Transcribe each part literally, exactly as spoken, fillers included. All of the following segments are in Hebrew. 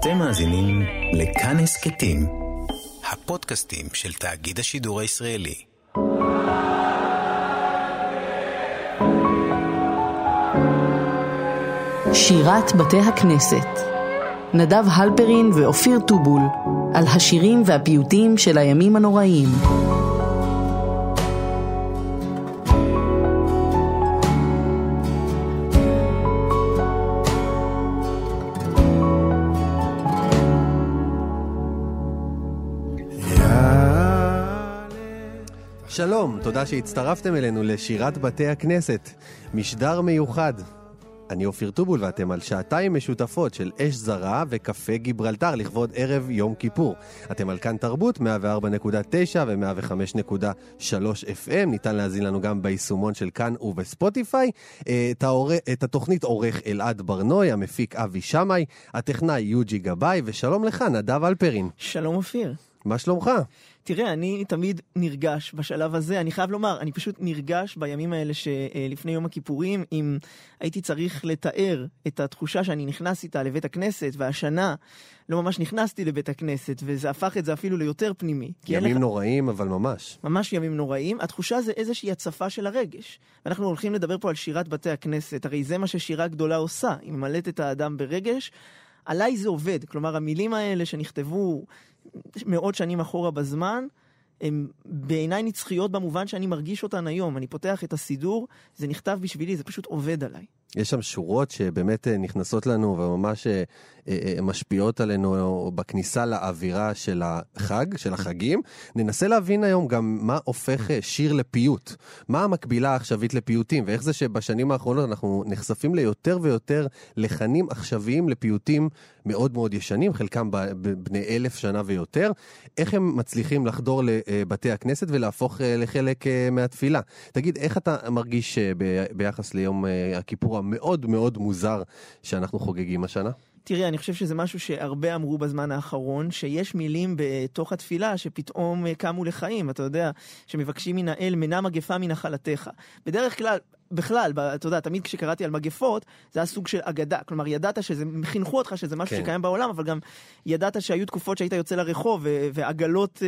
אתם מאזינים לכאן הסכתים, הפודקאסטים של תאגיד השידור הישראלי. שירת בתי הכנסת, נדב הלפרין ואופיר טובול, על השירים והפיוטים של הימים הנוראים. שלום, תודה שהצטרפתם אלינו לשירת בתי הכנסת, משדר מיוחד. אני אופיר טובול ואתם על שעתיים משותפות של אש זרה וקפה גיברלטר לכבוד ערב יום כיפור. אתם על כאן תרבות מאה וארבע נקודה תשע ו-מאה וחמש נקודה שלוש אף אם. ניתן להזין לנו גם ביישומון של כאן ובספוטיפיי. את, האור... את התוכנית עורך אלעד ברנוי, המפיק אבי שמאי, הטכנאי יוג'י גבאי, ושלום לך נדב הלפרין. שלום אופיר. מה שלומך? תראה, אני תמיד נרגש בשלב הזה, אני חייב לומר, אני פשוט נרגש בימים האלה שלפני יום הכיפורים, אם הייתי צריך לתאר את התחושה שאני נכנס איתה לבית הכנסת, והשנה לא ממש נכנסתי לבית הכנסת, וזה הפך את זה אפילו ליותר פנימי. ימים לך... נוראים, אבל ממש. ממש ימים נוראים. התחושה זה איזושהי הצפה של הרגש. ואנחנו הולכים לדבר פה על שירת בתי הכנסת, הרי זה מה ששירה גדולה עושה, היא ממלאת את האדם ברגש. עליי זה עובד, כלומר המילים האלה שנכתבו מאות שנים אחורה בזמן, הן בעיניי נצחיות במובן שאני מרגיש אותן היום. אני פותח את הסידור, זה נכתב בשבילי, זה פשוט עובד עליי. יש שם שורות שבאמת נכנסות לנו וממש משפיעות עלינו בכניסה לאווירה של החג, של החגים. ננסה להבין היום גם מה הופך שיר לפיוט. מה המקבילה העכשווית לפיוטים, ואיך זה שבשנים האחרונות אנחנו נחשפים ליותר ויותר לחנים עכשוויים לפיוטים מאוד מאוד ישנים, חלקם בני אלף שנה ויותר. איך הם מצליחים לחדור לבתי הכנסת ולהפוך לחלק מהתפילה? תגיד, איך אתה מרגיש ביחס ליום הכיפור המאוד מאוד מוזר שאנחנו חוגגים השנה? תראה, אני חושב שזה משהו שהרבה אמרו בזמן האחרון, שיש מילים בתוך התפילה שפתאום קמו לחיים, אתה יודע, שמבקשים מן האל, מנה מגפה מנחלתך. בדרך כלל, בכלל, אתה יודע, תמיד כשקראתי על מגפות, זה היה סוג של אגדה. כלומר, ידעת שזה, חינכו אותך שזה משהו כן. שקיים בעולם, אבל גם ידעת שהיו תקופות שהיית יוצא לרחוב, ועגלות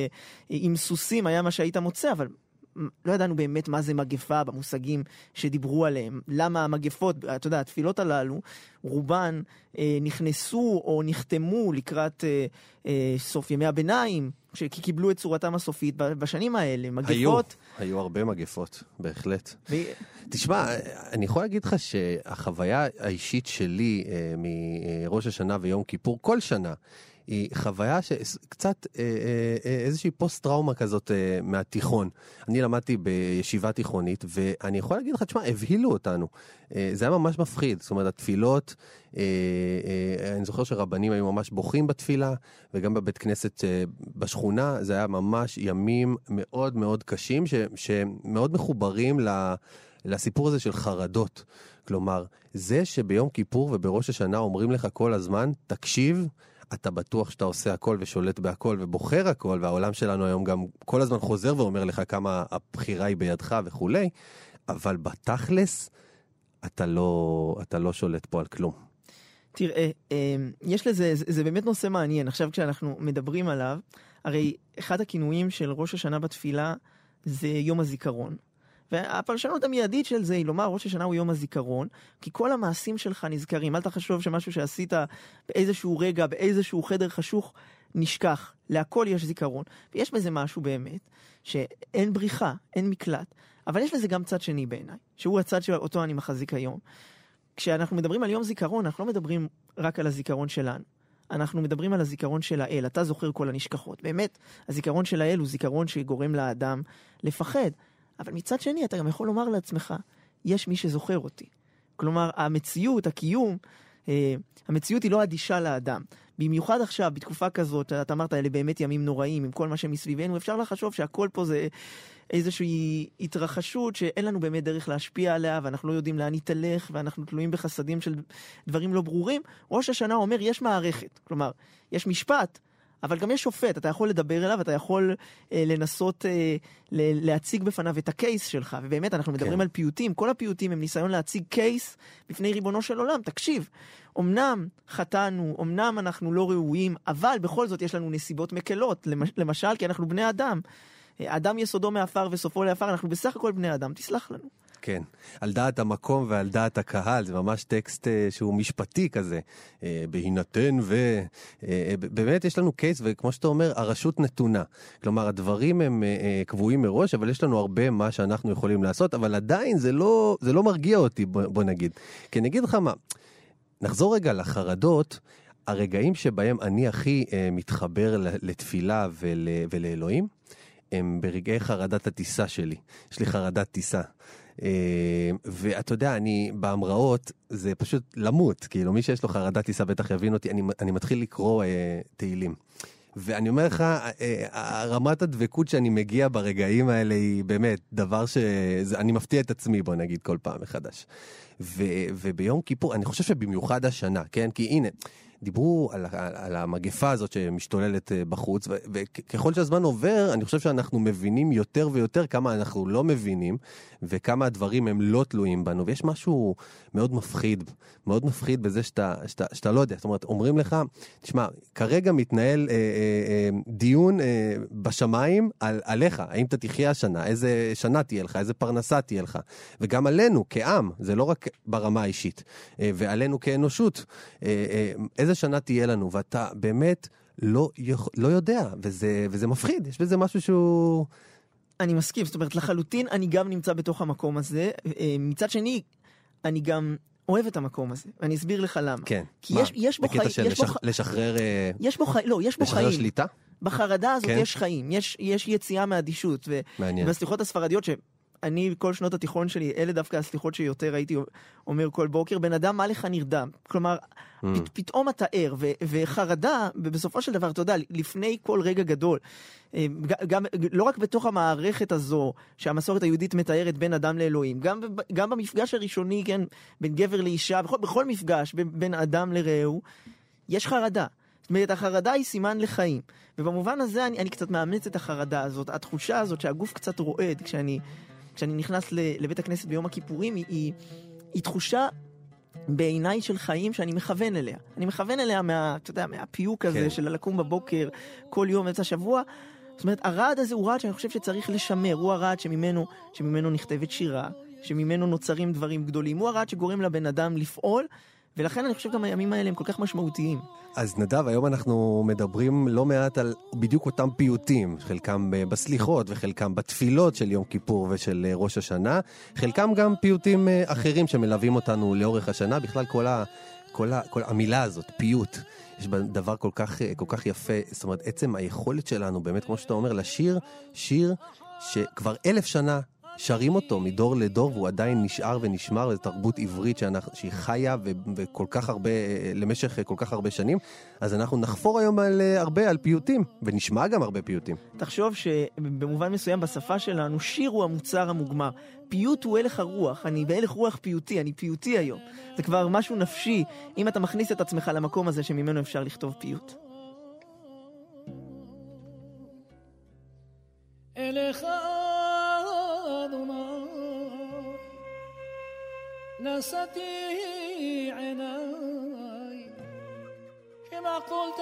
עם סוסים היה מה שהיית מוצא, אבל לא ידענו באמת מה זה מגפה במושגים שדיברו עליהם. למה המגפות, אתה יודע, התפילות הללו, רובן אה, נכנסו או נחתמו לקראת אה, אה, סוף ימי הביניים, כי קיבלו את צורתם הסופית בשנים האלה. מגפות... היו, היו הרבה מגפות, בהחלט. ו... תשמע, אני יכול להגיד לך שהחוויה האישית שלי אה, מראש השנה ויום כיפור, כל שנה, היא חוויה שקצת איזושהי פוסט-טראומה כזאת מהתיכון. אני למדתי בישיבה תיכונית, ואני יכול להגיד לך, תשמע, הבהילו אותנו. זה היה ממש מפחיד. זאת אומרת, התפילות, אני זוכר שרבנים היו ממש בוכים בתפילה, וגם בבית כנסת בשכונה, זה היה ממש ימים מאוד מאוד קשים, שמאוד מחוברים לסיפור הזה של חרדות. כלומר, זה שביום כיפור ובראש השנה אומרים לך כל הזמן, תקשיב, אתה בטוח שאתה עושה הכל ושולט בהכל ובוחר הכל, והעולם שלנו היום גם כל הזמן חוזר ואומר לך כמה הבחירה היא בידך וכולי, אבל בתכלס אתה לא, אתה לא שולט פה על כלום. תראה, יש לזה, זה באמת נושא מעניין. עכשיו כשאנחנו מדברים עליו, הרי אחד הכינויים של ראש השנה בתפילה זה יום הזיכרון. והפרשנות המיידית של זה היא לומר, ראש השנה הוא יום הזיכרון, כי כל המעשים שלך נזכרים. אל תחשוב שמשהו שעשית באיזשהו רגע, באיזשהו חדר חשוך, נשכח. להכל יש זיכרון. ויש בזה משהו באמת, שאין בריחה, אין מקלט. אבל יש לזה גם צד שני בעיניי, שהוא הצד שאותו אני מחזיק היום. כשאנחנו מדברים על יום זיכרון, אנחנו לא מדברים רק על הזיכרון שלנו. אנחנו מדברים על הזיכרון של האל. אתה זוכר כל הנשכחות. באמת, הזיכרון של האל הוא זיכרון שגורם לאדם לפחד. אבל מצד שני, אתה גם יכול לומר לעצמך, יש מי שזוכר אותי. כלומר, המציאות, הקיום, אה, המציאות היא לא אדישה לאדם. במיוחד עכשיו, בתקופה כזאת, אתה אמרת, אלה באמת ימים נוראים, עם כל מה שמסביבנו, אפשר לחשוב שהכל פה זה איזושהי התרחשות, שאין לנו באמת דרך להשפיע עליה, ואנחנו לא יודעים לאן היא תלך, ואנחנו תלויים בחסדים של דברים לא ברורים. ראש השנה אומר, יש מערכת. כלומר, יש משפט, אבל גם יש שופט, אתה יכול לדבר אליו, אתה יכול אה, לנסות אה, ל- להציג בפניו את הקייס שלך, ובאמת אנחנו מדברים כן. על פיוטים, כל הפיוטים הם ניסיון להציג קייס בפני ריבונו של עולם, תקשיב, אמנם חטאנו, אמנם אנחנו לא ראויים, אבל בכל זאת יש לנו נסיבות מקלות, למשל כי אנחנו בני אדם, אדם יסודו מאפר וסופו לאפר, אנחנו בסך הכל בני אדם, תסלח לנו. כן, על דעת המקום ועל דעת הקהל, זה ממש טקסט uh, שהוא משפטי כזה, uh, בהינתן ו... Uh, באמת יש לנו קייס, וכמו שאתה אומר, הרשות נתונה. כלומר, הדברים הם uh, uh, קבועים מראש, אבל יש לנו הרבה מה שאנחנו יכולים לעשות, אבל עדיין זה לא, זה לא מרגיע אותי, בוא, בוא נגיד. כי נגיד לך מה, נחזור רגע לחרדות, הרגעים שבהם אני הכי uh, מתחבר לתפילה ול, ולאלוהים, הם ברגעי חרדת הטיסה שלי. יש לי חרדת טיסה. ואתה יודע, אני בהמראות, זה פשוט למות, כאילו מי שיש לו חרדת טיסה בטח יבין אותי, אני, אני מתחיל לקרוא אה, תהילים. ואני אומר לך, אה, רמת הדבקות שאני מגיע ברגעים האלה היא באמת דבר שאני מפתיע את עצמי, בוא נגיד, כל פעם מחדש. ו, וביום כיפור, אני חושב שבמיוחד השנה, כן? כי הנה, דיברו על, על, על המגפה הזאת שמשתוללת בחוץ, ו, וככל שהזמן עובר, אני חושב שאנחנו מבינים יותר ויותר כמה אנחנו לא מבינים, וכמה הדברים הם לא תלויים בנו, ויש משהו מאוד מפחיד, מאוד מפחיד בזה שאתה, שאתה, שאתה לא יודע, זאת אומרת, אומרים לך, תשמע, כרגע מתנהל אה, אה, אה, דיון אה, בשמיים על, עליך, האם אתה תחיה השנה, איזה שנה תהיה לך, איזה פרנסה תהיה לך, וגם עלינו כעם, זה לא רק ברמה האישית, אה, ועלינו כאנושות, אה, אה, איזה שנה תהיה לנו, ואתה באמת לא, לא יודע, וזה, וזה מפחיד, יש בזה משהו שהוא... אני מסכים, זאת אומרת, לחלוטין אני גם נמצא בתוך המקום הזה, מצד שני, אני גם אוהב את המקום הזה, ואני אסביר לך למה. כן, כי מה? יש, יש בו בקטע של יש בו... לשחרר... יש בו חיים, לא, יש בו לשחרר חיים. שליטה? בחרדה הזאת כן. יש חיים, יש, יש יציאה מהאדישות, ו... והסליחות הספרדיות ש... אני, כל שנות התיכון שלי, אלה דווקא הסליחות שיותר הייתי אומר כל בוקר, בן אדם, מה לך נרדם? כלומר, mm. פת, פתאום אתה ער, ו, וחרדה, בסופו של דבר, אתה יודע, לפני כל רגע גדול, גם, לא רק בתוך המערכת הזו, שהמסורת היהודית מתארת בין אדם לאלוהים, גם, גם במפגש הראשוני, כן, בין גבר לאישה, בכל, בכל מפגש בין, בין אדם לרעהו, יש חרדה. זאת אומרת, החרדה היא סימן לחיים. ובמובן הזה, אני, אני קצת מאמץ את החרדה הזאת, התחושה הזאת שהגוף קצת רועד, כשאני... כשאני נכנס לבית הכנסת ביום הכיפורים, היא, היא, היא תחושה בעיניי של חיים שאני מכוון אליה. אני מכוון אליה מה, אתה יודע, מהפיוק הזה, כן. של לקום בבוקר, כל יום, אמצע שבוע. זאת אומרת, הרעד הזה הוא רעד שאני חושב שצריך לשמר. הוא הרעד שממנו, שממנו נכתבת שירה, שממנו נוצרים דברים גדולים. הוא הרעד שגורם לבן אדם לפעול, ולכן אני חושב גם הימים האלה הם כל כך משמעותיים. אז נדב, היום אנחנו מדברים לא מעט על בדיוק אותם פיוטים, חלקם בסליחות וחלקם בתפילות של יום כיפור ושל ראש השנה, חלקם גם פיוטים אחרים שמלווים אותנו לאורך השנה, בכלל כל, ה, כל, ה, כל המילה הזאת, פיוט, יש בה דבר כל כך, כל כך יפה, זאת אומרת, עצם היכולת שלנו, באמת כמו שאתה אומר, לשיר שיר שכבר אלף שנה, שרים אותו מדור לדור, והוא עדיין נשאר ונשמר, וזו תרבות עברית שאנחנו, שהיא חיה ו, וכל כך הרבה, למשך כל כך הרבה שנים. אז אנחנו נחפור היום על הרבה, על פיוטים, ונשמע גם הרבה פיוטים. תחשוב שבמובן מסוים בשפה שלנו, שיר הוא המוצר המוגמר. פיוט הוא הלך הרוח, אני בהלך רוח פיוטי, אני פיוטי היום. זה כבר משהו נפשי, אם אתה מכניס את עצמך למקום הזה שממנו אפשר לכתוב פיוט. אליך نسيتي عيناي كما قلت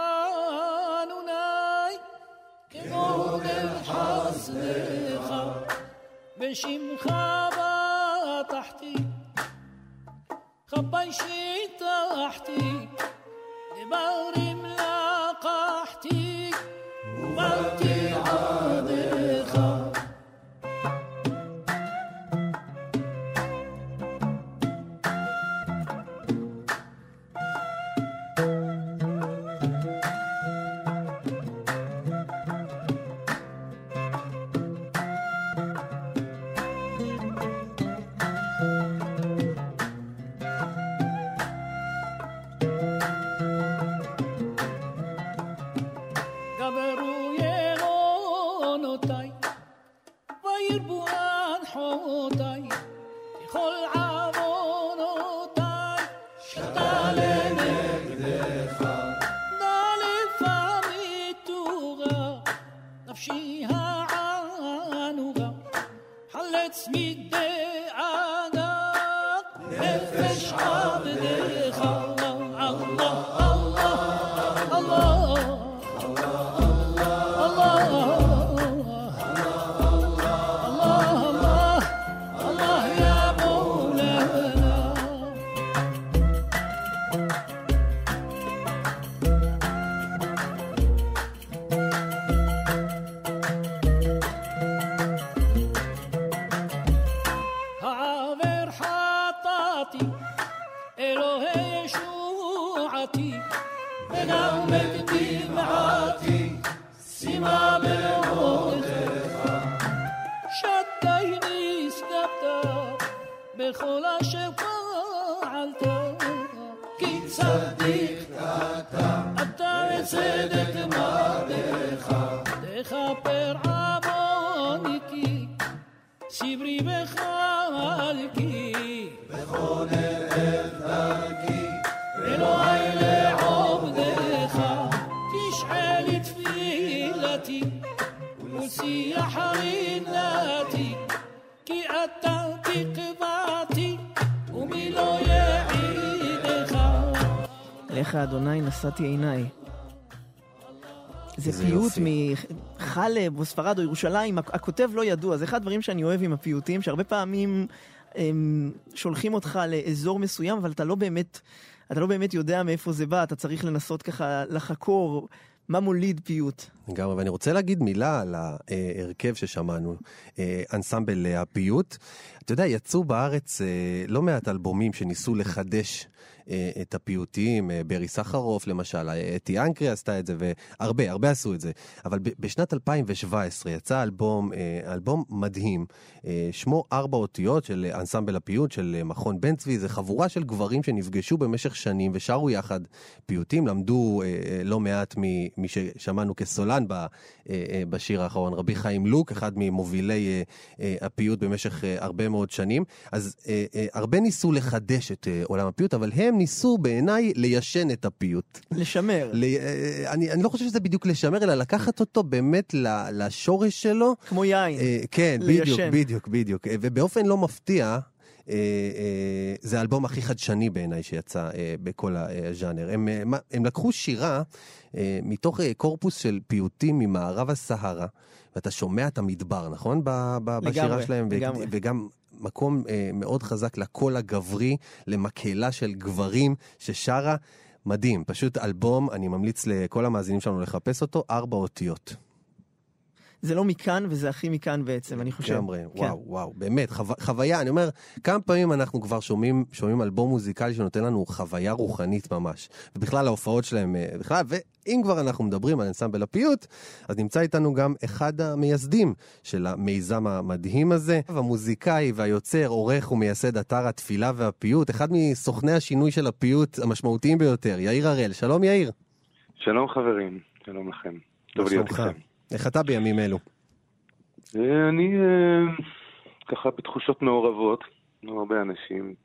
حانوناي كنور الحزن بشمخ بطحتي خبيشي تحتي لبوري ملاقحتي ومالتي عادخة דמעתי וגם את דמעתי שימה במותיך שתיני הסגבת בכל אשר פעלת כי צדיק אתה אתה וצדק מרדך תכפר עווני כי סברי בחלקי בכל ארץ דרכי אלוהי לעובדך תשאל תפילתי ולשיח רינתי כי אתה תקבעתי ומי לא יעידך לך אדוני נשאתי עיניי. זה פיוט מחלב או ספרד או ירושלים, הכותב לא ידוע, זה אחד הדברים שאני אוהב עם הפיוטים, שהרבה פעמים הם שולחים אותך לאזור מסוים, אבל אתה לא באמת, אתה לא באמת יודע מאיפה זה בא, אתה צריך לנסות ככה לחקור מה מוליד פיוט. גם, ואני רוצה להגיד מילה על ההרכב ששמענו, אנסמבל הפיוט. אתה יודע, יצאו בארץ לא מעט אלבומים שניסו לחדש את הפיוטים, ברי סחרוף למשל, אתי אנקרי עשתה את זה, והרבה, הרבה עשו את זה. אבל בשנת אלפיים שבע עשרה יצא אלבום, אלבום מדהים, שמו ארבע אותיות של אנסמבל הפיוט של מכון בן צבי, זה חבורה של גברים שנפגשו במשך שנים ושרו יחד פיוטים, למדו לא מעט ממי ששמענו כסולן בשיר האחרון, רבי חיים לוק, אחד ממובילי הפיוט במשך הרבה מאוד שנים. אז הרבה ניסו לחדש את עולם הפיוט, אבל הם ניסו בעיניי ליישן את הפיוט. לשמר. ל... אני, אני לא חושב שזה בדיוק לשמר, אלא לקחת אותו באמת לשורש שלו. כמו יין. כן, ליישן. בדיוק, בדיוק, בדיוק. ובאופן לא מפתיע, זה האלבום הכי חדשני בעיניי שיצא בכל הז'אנר. הם, הם לקחו שירה מתוך קורפוס של פיוטים ממערב הסהרה, ואתה שומע את המדבר, נכון? בשירה לגמרי, שלהם. לגמרי. וגם מקום אה, מאוד חזק לקול הגברי, למקהלה של גברים ששרה, מדהים, פשוט אלבום, אני ממליץ לכל המאזינים שלנו לחפש אותו, ארבע אותיות. זה לא מכאן וזה הכי מכאן בעצם, אני חושב. גמרי, כן. וואו, וואו, באמת, חו... חוויה, אני אומר, כמה פעמים אנחנו כבר שומעים, שומעים אלבום מוזיקלי שנותן לנו חוויה רוחנית ממש, ובכלל ההופעות שלהם, בכלל, ואם כבר אנחנו מדברים על אנסמבל הפיוט, אז נמצא איתנו גם אחד המייסדים של המיזם המדהים הזה, המוזיקאי והיוצר, עורך ומייסד אתר התפילה והפיוט, אחד מסוכני השינוי של הפיוט המשמעותיים ביותר, יאיר הראל. שלום יאיר. שלום חברים, שלום לכם. טוב להיות לכם. איך אתה בימים אלו? אני ככה בתחושות מעורבות, לא הרבה אנשים.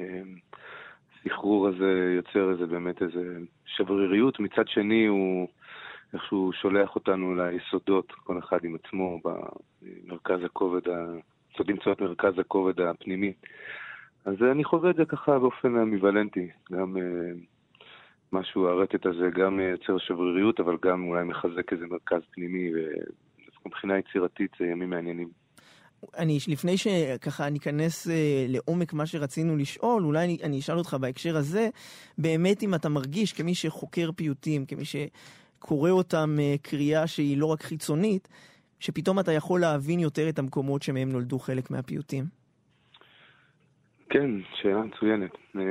הסחרור הזה יוצר איזה באמת איזה שבריריות, מצד שני הוא איכשהו שולח אותנו ליסודות, כל אחד עם עצמו, במרכז הכובד, צריך למצוא את מרכז הכובד הפנימי. אז אני חווה את זה ככה באופן אמביוולנטי, גם משהו, הרטט הזה גם יוצר שבריריות, אבל גם אולי מחזק איזה מרכז פנימי, ומבחינה יצירתית זה ימים מעניינים. אני, לפני שככה ניכנס לעומק מה שרצינו לשאול, אולי אני, אני אשאל אותך בהקשר הזה, באמת אם אתה מרגיש כמי שחוקר פיוטים, כמי שקורא אותם קריאה שהיא לא רק חיצונית, שפתאום אתה יכול להבין יותר את המקומות שמהם נולדו חלק מהפיוטים. כן, שאלה מצוינת.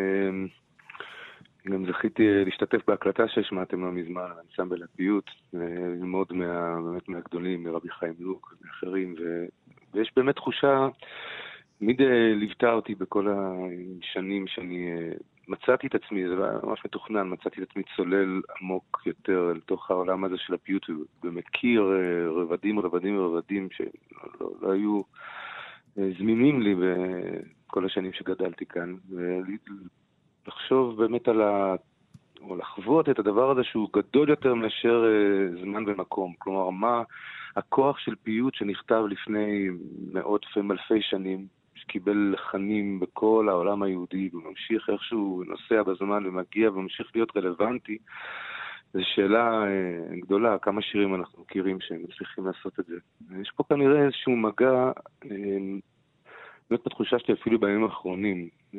גם זכיתי להשתתף בהקלטה שהשמעתם לא מזמן, אנסמבל הפיוט, ללמוד מה, באמת מהגדולים, מרבי חיים לוק ואחרים, ו, ויש באמת תחושה, תמיד ליוותה אותי בכל השנים שאני מצאתי את עצמי, זה ממש מתוכנן, מצאתי את עצמי צולל עמוק יותר לתוך העולם הזה של הפיוט, ומכיר רבדים, רבדים ורבדים שלא לא היו זמינים לי בכל השנים שגדלתי כאן, ולחשוב באמת על ה... או לחוות את הדבר הזה שהוא גדול יותר מאשר זמן ומקום. כלומר, מה הכוח של פיוט שנכתב לפני מאות ואלפי שנים, שקיבל לחנים בכל העולם היהודי, וממשיך איכשהו נוסע בזמן ומגיע וממשיך להיות רלוונטי, זו שאלה אה, גדולה, כמה שירים אנחנו מכירים שהם מצליחים לעשות את זה. יש פה כנראה איזשהו מגע, אה, באמת בתחושה שלי אפילו בימים האחרונים, אה,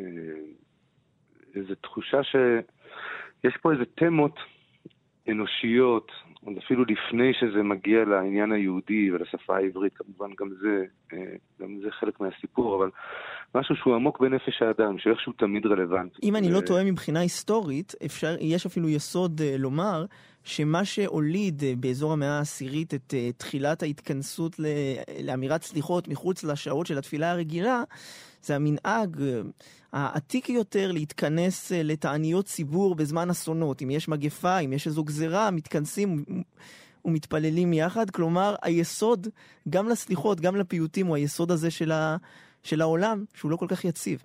איזו תחושה שיש פה איזה תמות אנושיות, עוד אפילו לפני שזה מגיע לעניין היהודי ולשפה העברית, כמובן גם זה, גם זה חלק מהסיפור, אבל משהו שהוא עמוק בנפש האדם, שאיכשהו תמיד רלוונטי. אם אני לא טועה מבחינה היסטורית, אפשר, יש אפילו יסוד לומר שמה שהוליד באזור המאה העשירית את תחילת ההתכנסות לאמירת סליחות מחוץ לשעות של התפילה הרגילה, זה המנהג העתיק יותר להתכנס לתעניות ציבור בזמן אסונות. אם יש מגפה, אם יש איזו גזרה, מתכנסים ומתפללים יחד. כלומר, היסוד גם לסליחות, גם לפיוטים, הוא היסוד הזה של, ה, של העולם, שהוא לא כל כך יציב.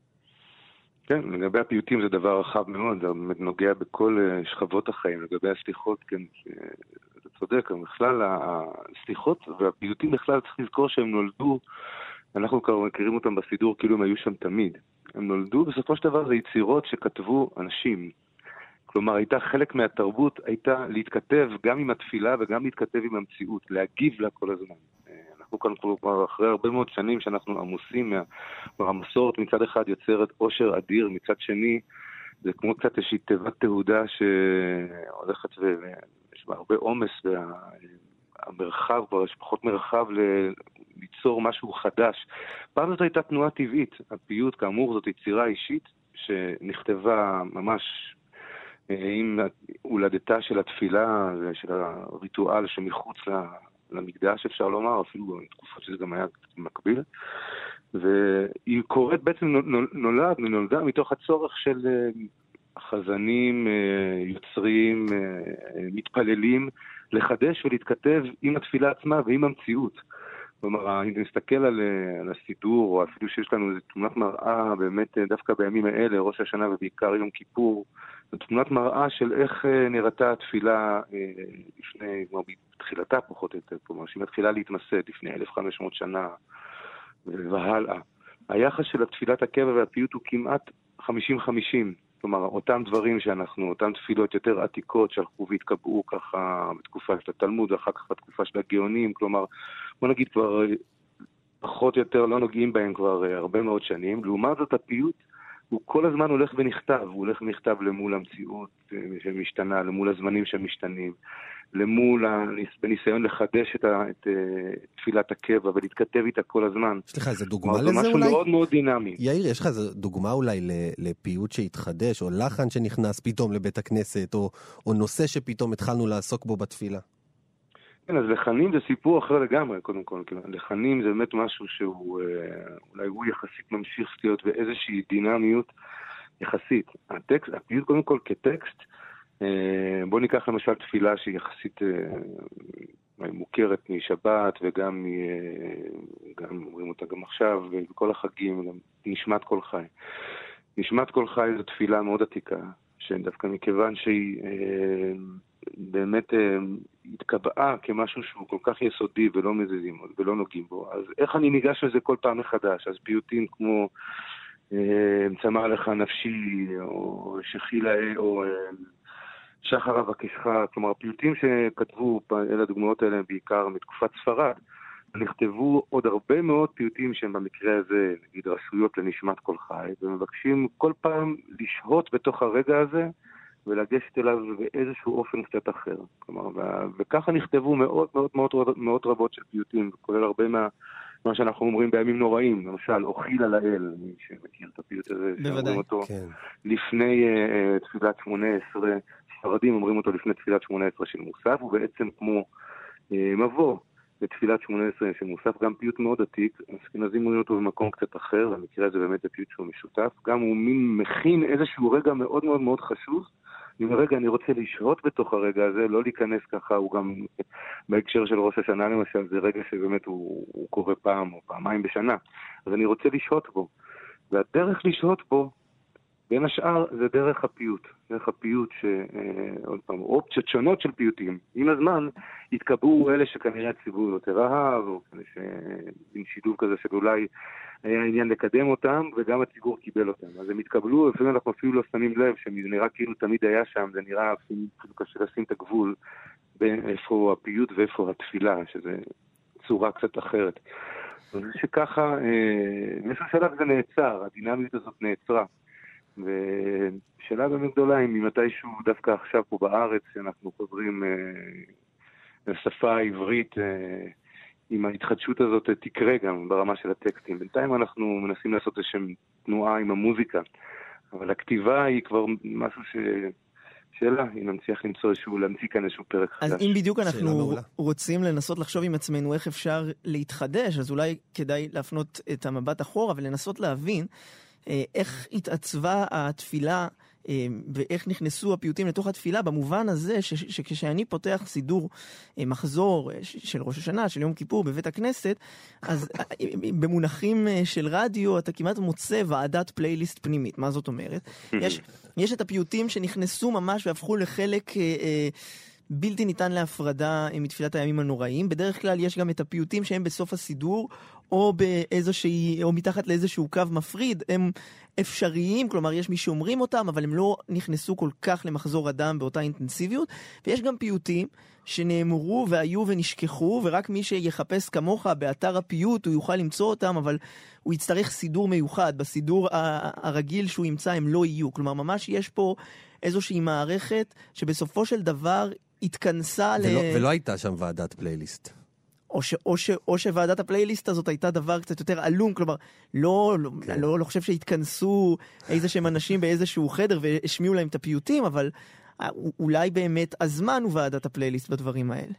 כן, לגבי הפיוטים זה דבר רחב מאוד, זה נוגע בכל שכבות החיים. לגבי הסליחות, כן, אתה צודק, בכלל הסליחות והפיוטים בכלל צריך לזכור שהם נולדו, אנחנו כבר מכירים אותם בסידור כאילו הם היו שם תמיד. הם נולדו, בסופו של דבר זה יצירות שכתבו אנשים. כלומר, הייתה חלק מהתרבות, הייתה להתכתב גם עם התפילה וגם להתכתב עם המציאות, להגיב לה כל הזמן. אנחנו כאן כבר אחרי הרבה מאוד שנים שאנחנו עמוסים מהמסורת, מצד אחד יוצרת עושר אדיר, מצד שני זה כמו קצת איזושהי תיבת תהודה שהולכת ויש בה הרבה עומס והמרחב, כבר יש פחות מרחב ליצור משהו חדש. פעם זאת הייתה תנועה טבעית, הפיוט כאמור זאת יצירה אישית שנכתבה ממש עם הולדתה של התפילה ושל הריטואל שמחוץ למקדש, אפשר לומר, אפילו בתקופה שזה גם היה מקביל. והיא קוראת בעצם נולד, נולדה מתוך הצורך של חזנים, יוצרים, מתפללים, לחדש ולהתכתב עם התפילה עצמה ועם המציאות. כלומר, אם נסתכל על, על הסידור, או אפילו שיש לנו איזו תמונת מראה, באמת דווקא בימים האלה, ראש השנה ובעיקר יום כיפור, זו תמונת מראה של איך נראתה התפילה לפני, כמו בתחילתה פחות או יותר, כלומר, שהיא מתחילה להתמסד לפני אלף וחמש מאות שנה והלאה. היחס של תפילת הקבע והפיוט הוא כמעט חמישים חמישים, כלומר, אותם דברים שאנחנו, אותם תפילות יותר עתיקות שהלכו והתקבעו ככה בתקופה של התלמוד, ואחר כך בתקופה של הגאונים, כלומר, בוא נגיד כבר פחות או יותר לא נוגעים בהם כבר הרבה מאוד שנים. לעומת זאת הפיוט הוא כל הזמן הולך ונכתב, הוא הולך ונכתב למול המציאות שמשתנה, למול הזמנים שמשתנים, למול בניסיון לחדש את, ה, את, את תפילת הקבע ולהתכתב איתה כל הזמן. יש לך איזה דוגמה לזה אולי? משהו מאוד מאוד דינמי. יאיר, יש לך איזה דוגמה אולי לפיוט שהתחדש, או לחן שנכנס פתאום לבית הכנסת, או, או נושא שפתאום התחלנו לעסוק בו בתפילה? כן, אז לחנים זה סיפור אחר לגמרי, קודם כל. לחנים זה באמת משהו שהוא, אולי הוא יחסית ממשיך להיות באיזושהי דינמיות יחסית. הטקסט, הפיוט קודם כל כטקסט, בוא ניקח למשל תפילה שהיא יחסית מוכרת משבת, וגם גם אומרים אותה גם עכשיו, ובכל החגים, גם נשמת כל חי. נשמת כל חי זו תפילה מאוד עתיקה, שדווקא מכיוון שהיא באמת התקבעה כמשהו שהוא כל כך יסודי ולא מזיזים ולא נוגעים בו. אז איך אני ניגש לזה כל פעם מחדש? אז פיוטים כמו צמא לך נפשי, או שחילה, או שחר אבקשך, כלומר פיוטים שכתבו, אלה הדוגמאות האלה בעיקר מתקופת ספרד, נכתבו עוד הרבה מאוד פיוטים שהם במקרה הזה, נגיד רשויות לנשמת כל חי, ומבקשים כל פעם לשהות בתוך הרגע הזה, ולגשת אליו באיזשהו אופן קצת אחר. כלומר, ו- וככה נכתבו מאוד מאוד מאוד מאוד רבות של פיוטים, כולל הרבה מה, מה שאנחנו אומרים בימים נוראים, למשל, אוכיל על האל, מי שמכיר את הפיוט הזה, שאומרים אותו כן. לפני uh, תפילת שמונה עשרה, ספרדים אומרים אותו לפני תפילת שמונה עשרה של מוסף, הוא בעצם כמו uh, מבוא לתפילת שמונה עשרה של מוסף, גם פיוט מאוד עתיק, אשכנזים אומרים אותו במקום קצת אחר, במקרה הזה באמת הפיוט שהוא משותף, גם הוא מין מכין איזשהו רגע מאוד מאוד מאוד חשוב, אם רגע אני רוצה לשהות בתוך הרגע הזה, לא להיכנס ככה, הוא גם בהקשר של ראש השנה למשל, זה רגע שבאמת הוא, הוא קורה פעם או פעמיים בשנה, אז אני רוצה לשהות בו, והדרך לשהות בו, בין השאר זה דרך הפיוט, דרך הפיוט שעוד פעם, אופציות שונות של פיוטים. עם הזמן התקבעו אלה שכנראה הציבור יותר אהב, או עם שידוב כזה שאולי היה עניין לקדם אותם, וגם הציבור קיבל אותם. אז הם התקבלו, לפעמים אנחנו אפילו לא שמים לב, שזה נראה כאילו תמיד היה שם, זה נראה אפילו קשה לשים את הגבול בין איפה הפיוט ואיפה התפילה, שזה צורה קצת אחרת. אז שככה, באיזשהו שלב זה נעצר, הדינמיות הזאת נעצרה. ושאלה באמת גדולה, אם מתישהו דווקא עכשיו פה בארץ, שאנחנו חוזרים לשפה העברית, אם ההתחדשות הזאת תקרה גם ברמה של הטקסטים. בינתיים אנחנו מנסים לעשות איזושהי תנועה עם המוזיקה, אבל הכתיבה היא כבר משהו ש... שאלה, אם נצליח למצוא איזשהו, להמציא כאן איזשהו פרק חדש. אז אם בדיוק אנחנו רוצים לנסות לחשוב עם עצמנו איך אפשר להתחדש, אז אולי כדאי להפנות את המבט אחורה ולנסות להבין איך התעצבה התפילה ואיך נכנסו הפיוטים לתוך התפילה, במובן הזה שכשאני פותח סידור מחזור של ראש השנה, של יום כיפור בבית הכנסת, אז במונחים של רדיו אתה כמעט מוצא ועדת פלייליסט פנימית. מה זאת אומרת? יש, יש את הפיוטים שנכנסו ממש והפכו לחלק בלתי ניתן להפרדה מתפילת הימים הנוראים. בדרך כלל יש גם את הפיוטים שהם בסוף הסידור, או באיזושהי, או מתחת לאיזשהו קו מפריד, הם אפשריים, כלומר יש מי שאומרים אותם, אבל הם לא נכנסו כל כך למחזור אדם באותה אינטנסיביות, ויש גם פיוטים שנאמרו והיו ונשכחו, ורק מי שיחפש כמוך באתר הפיוט הוא יוכל למצוא אותם, אבל הוא יצטרך סידור מיוחד, בסידור הרגיל שהוא ימצא הם לא יהיו, כלומר ממש יש פה איזושהי מערכת שבסופו של דבר התכנסה ולא, ל... ולא הייתה שם ועדת פלייליסט. או, ש, או, ש, או שוועדת הפלייליסט הזאת הייתה דבר קצת יותר עלום, כלומר, לא, לא, כן. לא, לא חושב שהתכנסו איזשהם אנשים באיזשהו חדר והשמיעו להם את הפיוטים, אבל אולי באמת הזמן הוא ועדת הפלייליסט בדברים האלה.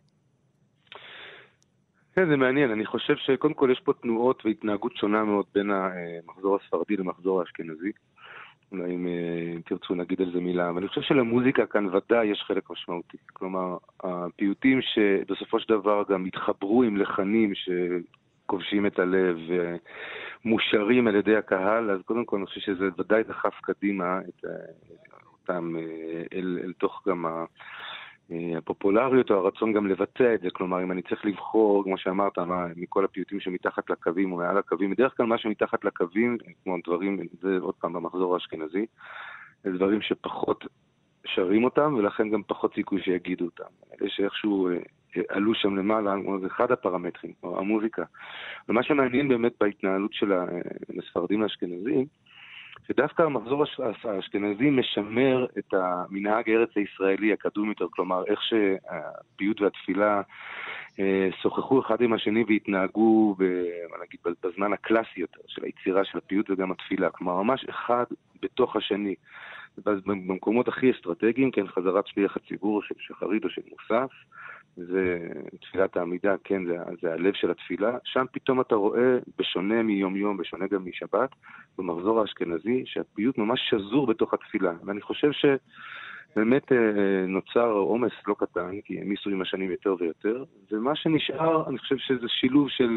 כן, זה מעניין. אני חושב שקודם כל יש פה תנועות והתנהגות שונה מאוד בין המחזור הספרדי למחזור האשכנזי. אולי אם תרצו נגיד על זה מילה, אבל אני חושב שלמוזיקה כאן ודאי יש חלק משמעותי. כלומר, הפיוטים שבסופו של דבר גם התחברו עם לחנים שכובשים את הלב ומושרים על ידי הקהל, אז קודם כל אני חושב שזה ודאי דחף קדימה את אותם אל, אל תוך גם הפופולריות או הרצון גם לבצע את זה. כלומר, אם אני צריך לבחור, כמו שאמרת, מה, מכל הפיוטים שמתחת לקווים או מעל הקווים, בדרך כלל מה שמתחת לקווים, כמו דברים, זה עוד פעם במחזור האשכנזי, זה דברים שפחות שרים אותם, ולכן גם פחות סיכוי שיגידו אותם. אלה שאיכשהו עלו שם למעלה, זה אחד הפרמטרים, או המוזיקה. ומה שמעניין באמת בהתנהלות של הספרדים האשכנזים, שדווקא המחזור האשכנזי משמר את המנהג הארץ הישראלי הקדום יותר, כלומר איך שהפיוט והתפילה שוחחו אחד עם השני והתנהגו נגיד, בזמן הקלאסי יותר של היצירה של הפיוט וגם התפילה, כלומר ממש אחד בתוך השני. במקומות הכי אסטרטגיים, כן, חזרת שליח הציבור של שחרית או של מוסף, זה תפילת העמידה, כן, זה, זה הלב של התפילה. שם פתאום אתה רואה, בשונה מיום יום, בשונה גם משבת, במחזור האשכנזי, שהפיוט ממש שזור בתוך התפילה. ואני חושב שבאמת נוצר עומס לא קטן, כי העמיסו עם השנים יותר ויותר, ומה שנשאר, אני חושב שזה שילוב של,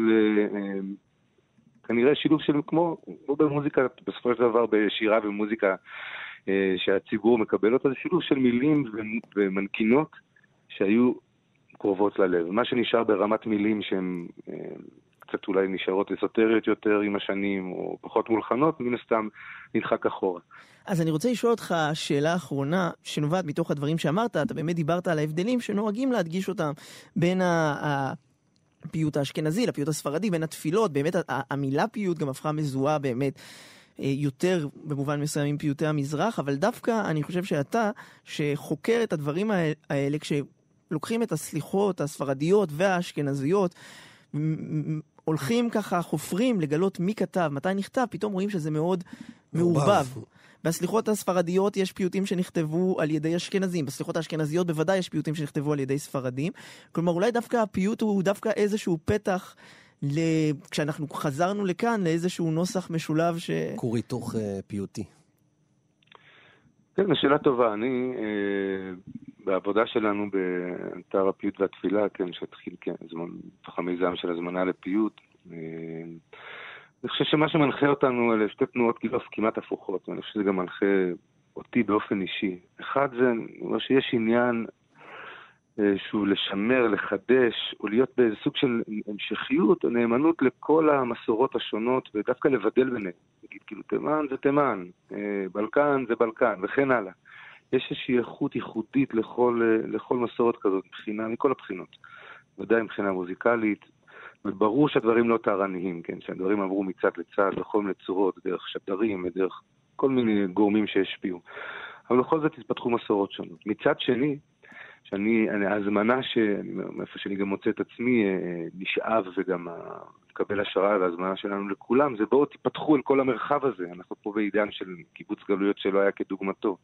כנראה שילוב של, כמו, כמו במוזיקה, בסופו של דבר, בשירה ומוזיקה, שהציבור מקבל אותה, זה שילוב של מילים ומנגינות שהיו קרובות ללב. מה שנשאר ברמת מילים שהן קצת אולי נשארות אסוטריות יותר עם השנים, או פחות מולחנות, מן הסתם נדחק אחורה. אז אני רוצה לשאול אותך שאלה אחרונה, שנובעת מתוך הדברים שאמרת, אתה באמת דיברת על ההבדלים שנוהגים להדגיש אותם בין הפיוט האשכנזי לפיוט הספרדי, בין התפילות, באמת המילה פיוט גם הפכה מזוהה באמת יותר במובן מסוים עם פיוטי המזרח, אבל דווקא אני חושב שאתה, שחוקר את הדברים האלה, כשלוקחים את הסליחות הספרדיות והאשכנזיות, הולכים ככה, חופרים לגלות מי כתב, מתי נכתב, פתאום רואים שזה מאוד מעורבב. בסליחות הספרדיות יש פיוטים שנכתבו על ידי אשכנזים, בסליחות האשכנזיות בוודאי יש פיוטים שנכתבו על ידי ספרדים, כלומר אולי דווקא הפיוט הוא דווקא איזשהו פתח, כשאנחנו חזרנו לכאן לאיזשהו נוסח משולב ש... קורי תוך פיוטי. כן, שאלה טובה. אני, בעבודה שלנו באתר הפיוט והתפילה, כן, שהתחיל, כן, תוך המיזם של הזמנה לפיוט, אני חושב שמה שמנחה אותנו אלה שתי תנועות כמעט הפוכות, ואני חושב שזה גם מנחה אותי באופן אישי. אחד זה, שיש עניין שהוא לשמר, לחדש, או להיות באיזה סוג של המשכיות או נאמנות לכל המסורות השונות, ודווקא לבדל ביניהם. נגיד, כאילו, תימן זה תימן, בלקן זה בלקן, וכן הלאה. יש איזושהי איכות ייחודית לכל, לכל מסורת כזאת, מבחינה, מכל הבחינות. ודאי מבחינה מוזיקלית, וברור שהדברים לא טהרניים, כן? שהדברים עברו מצד לצד, בכל מיני צורות, דרך שדרים, דרך כל מיני גורמים שהשפיעו. אבל בכל זאת התפתחו מסורות שונות. מצד שני, שאני, ההזמנה מאיפה שאני גם מוצא את עצמי, נשאב וגם מקבל השראה וההזמנה שלנו לכולם, זה בואו תיפתחו אל כל המרחב הזה. אנחנו פה בעידן של קיבוץ גלויות שלא היה כדוגמתו.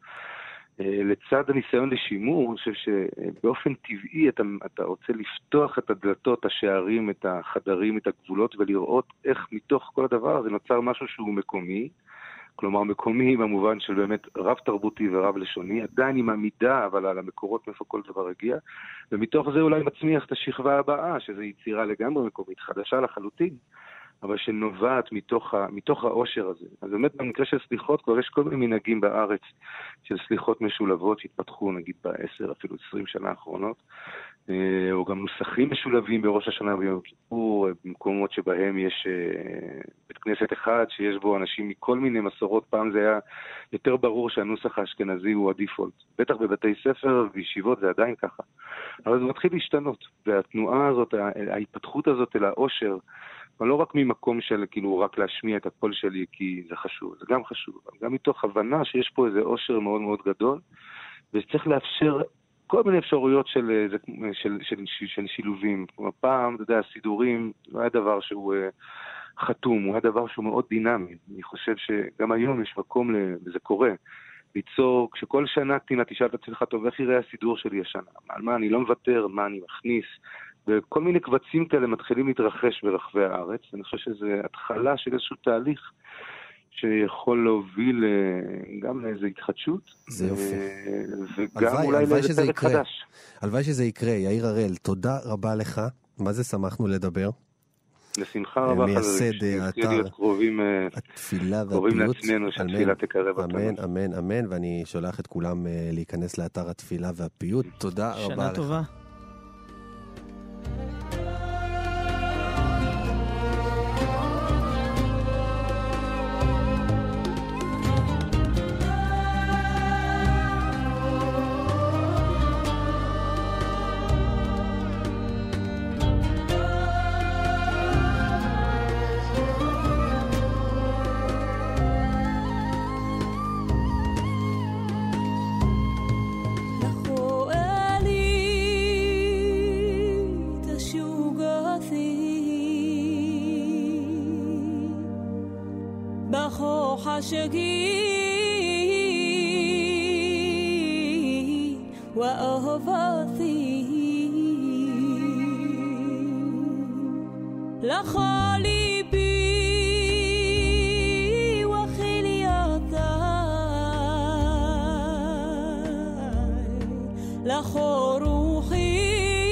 לצד הניסיון לשימור, אני חושב שבאופן טבעי אתה, אתה רוצה לפתוח את הדלתות, השערים, את החדרים, את הגבולות, ולראות איך מתוך כל הדבר הזה נוצר משהו שהוא מקומי, כלומר מקומי במובן של באמת רב תרבותי ורב לשוני, עדיין עם עמידה, אבל על המקורות מאיפה כל דבר הגיע, ומתוך זה אולי מצמיח את השכבה הבאה, שזו יצירה לגמרי מקומית, חדשה לחלוטין, אבל שנובעת מתוך, ה, מתוך העושר הזה. אז באמת במקרה של סליחות, כבר יש כל מיני מנהגים בארץ של סליחות משולבות שהתפתחו נגיד בעשר, אפילו עשרים שנה האחרונות, או גם נוסחים משולבים בראש השנה ויום כיפור, במקומות שבהם יש בית כנסת אחד שיש בו אנשים מכל מיני מסורות. פעם זה היה יותר ברור שהנוסח האשכנזי הוא הדיפולט. בטח בבתי ספר וישיבות זה עדיין ככה. אבל זה מתחיל להשתנות, והתנועה הזאת, ההתפתחות הזאת אל העושר, אבל לא רק ממקום של כאילו רק להשמיע את הקול שלי כי זה חשוב, זה גם חשוב, אבל גם מתוך הבנה שיש פה איזה עושר מאוד מאוד גדול, וצריך לאפשר כל מיני אפשרויות של, של, של, של, של שילובים. כמו פעם, אתה יודע, הסידורים לא היה דבר שהוא חתום, הוא היה דבר שהוא מאוד דינמי. אני חושב שגם היום יש מקום, וזה קורה, ליצור, כשכל שנה טינה תשאל את עצמך, טוב, איך יראה הסידור שלי השנה? על מה אני לא מוותר, מה אני מכניס, וכל מיני קבצים כאלה מתחילים להתרחש ברחבי הארץ. אני חושב שזו התחלה של איזשהו תהליך שיכול להוביל גם לאיזו התחדשות. זה יופי. וגם אולי לאיזה פרק חדש. הלוואי שזה יקרה. יאיר הראל, תודה רבה לך. מה זה שמחנו לדבר? לשמחה רבה חברים. מייסד האתר התפילה קרובים לעצמנו שהתפילה תקרב אותנו. אמן, אמן, אמן. ואני שולח את כולם להיכנס לאתר התפילה והפיוט. תודה רבה לך. שנה טובה. حشقي وأهفاثي لخالي بي وخلياتي لخروحي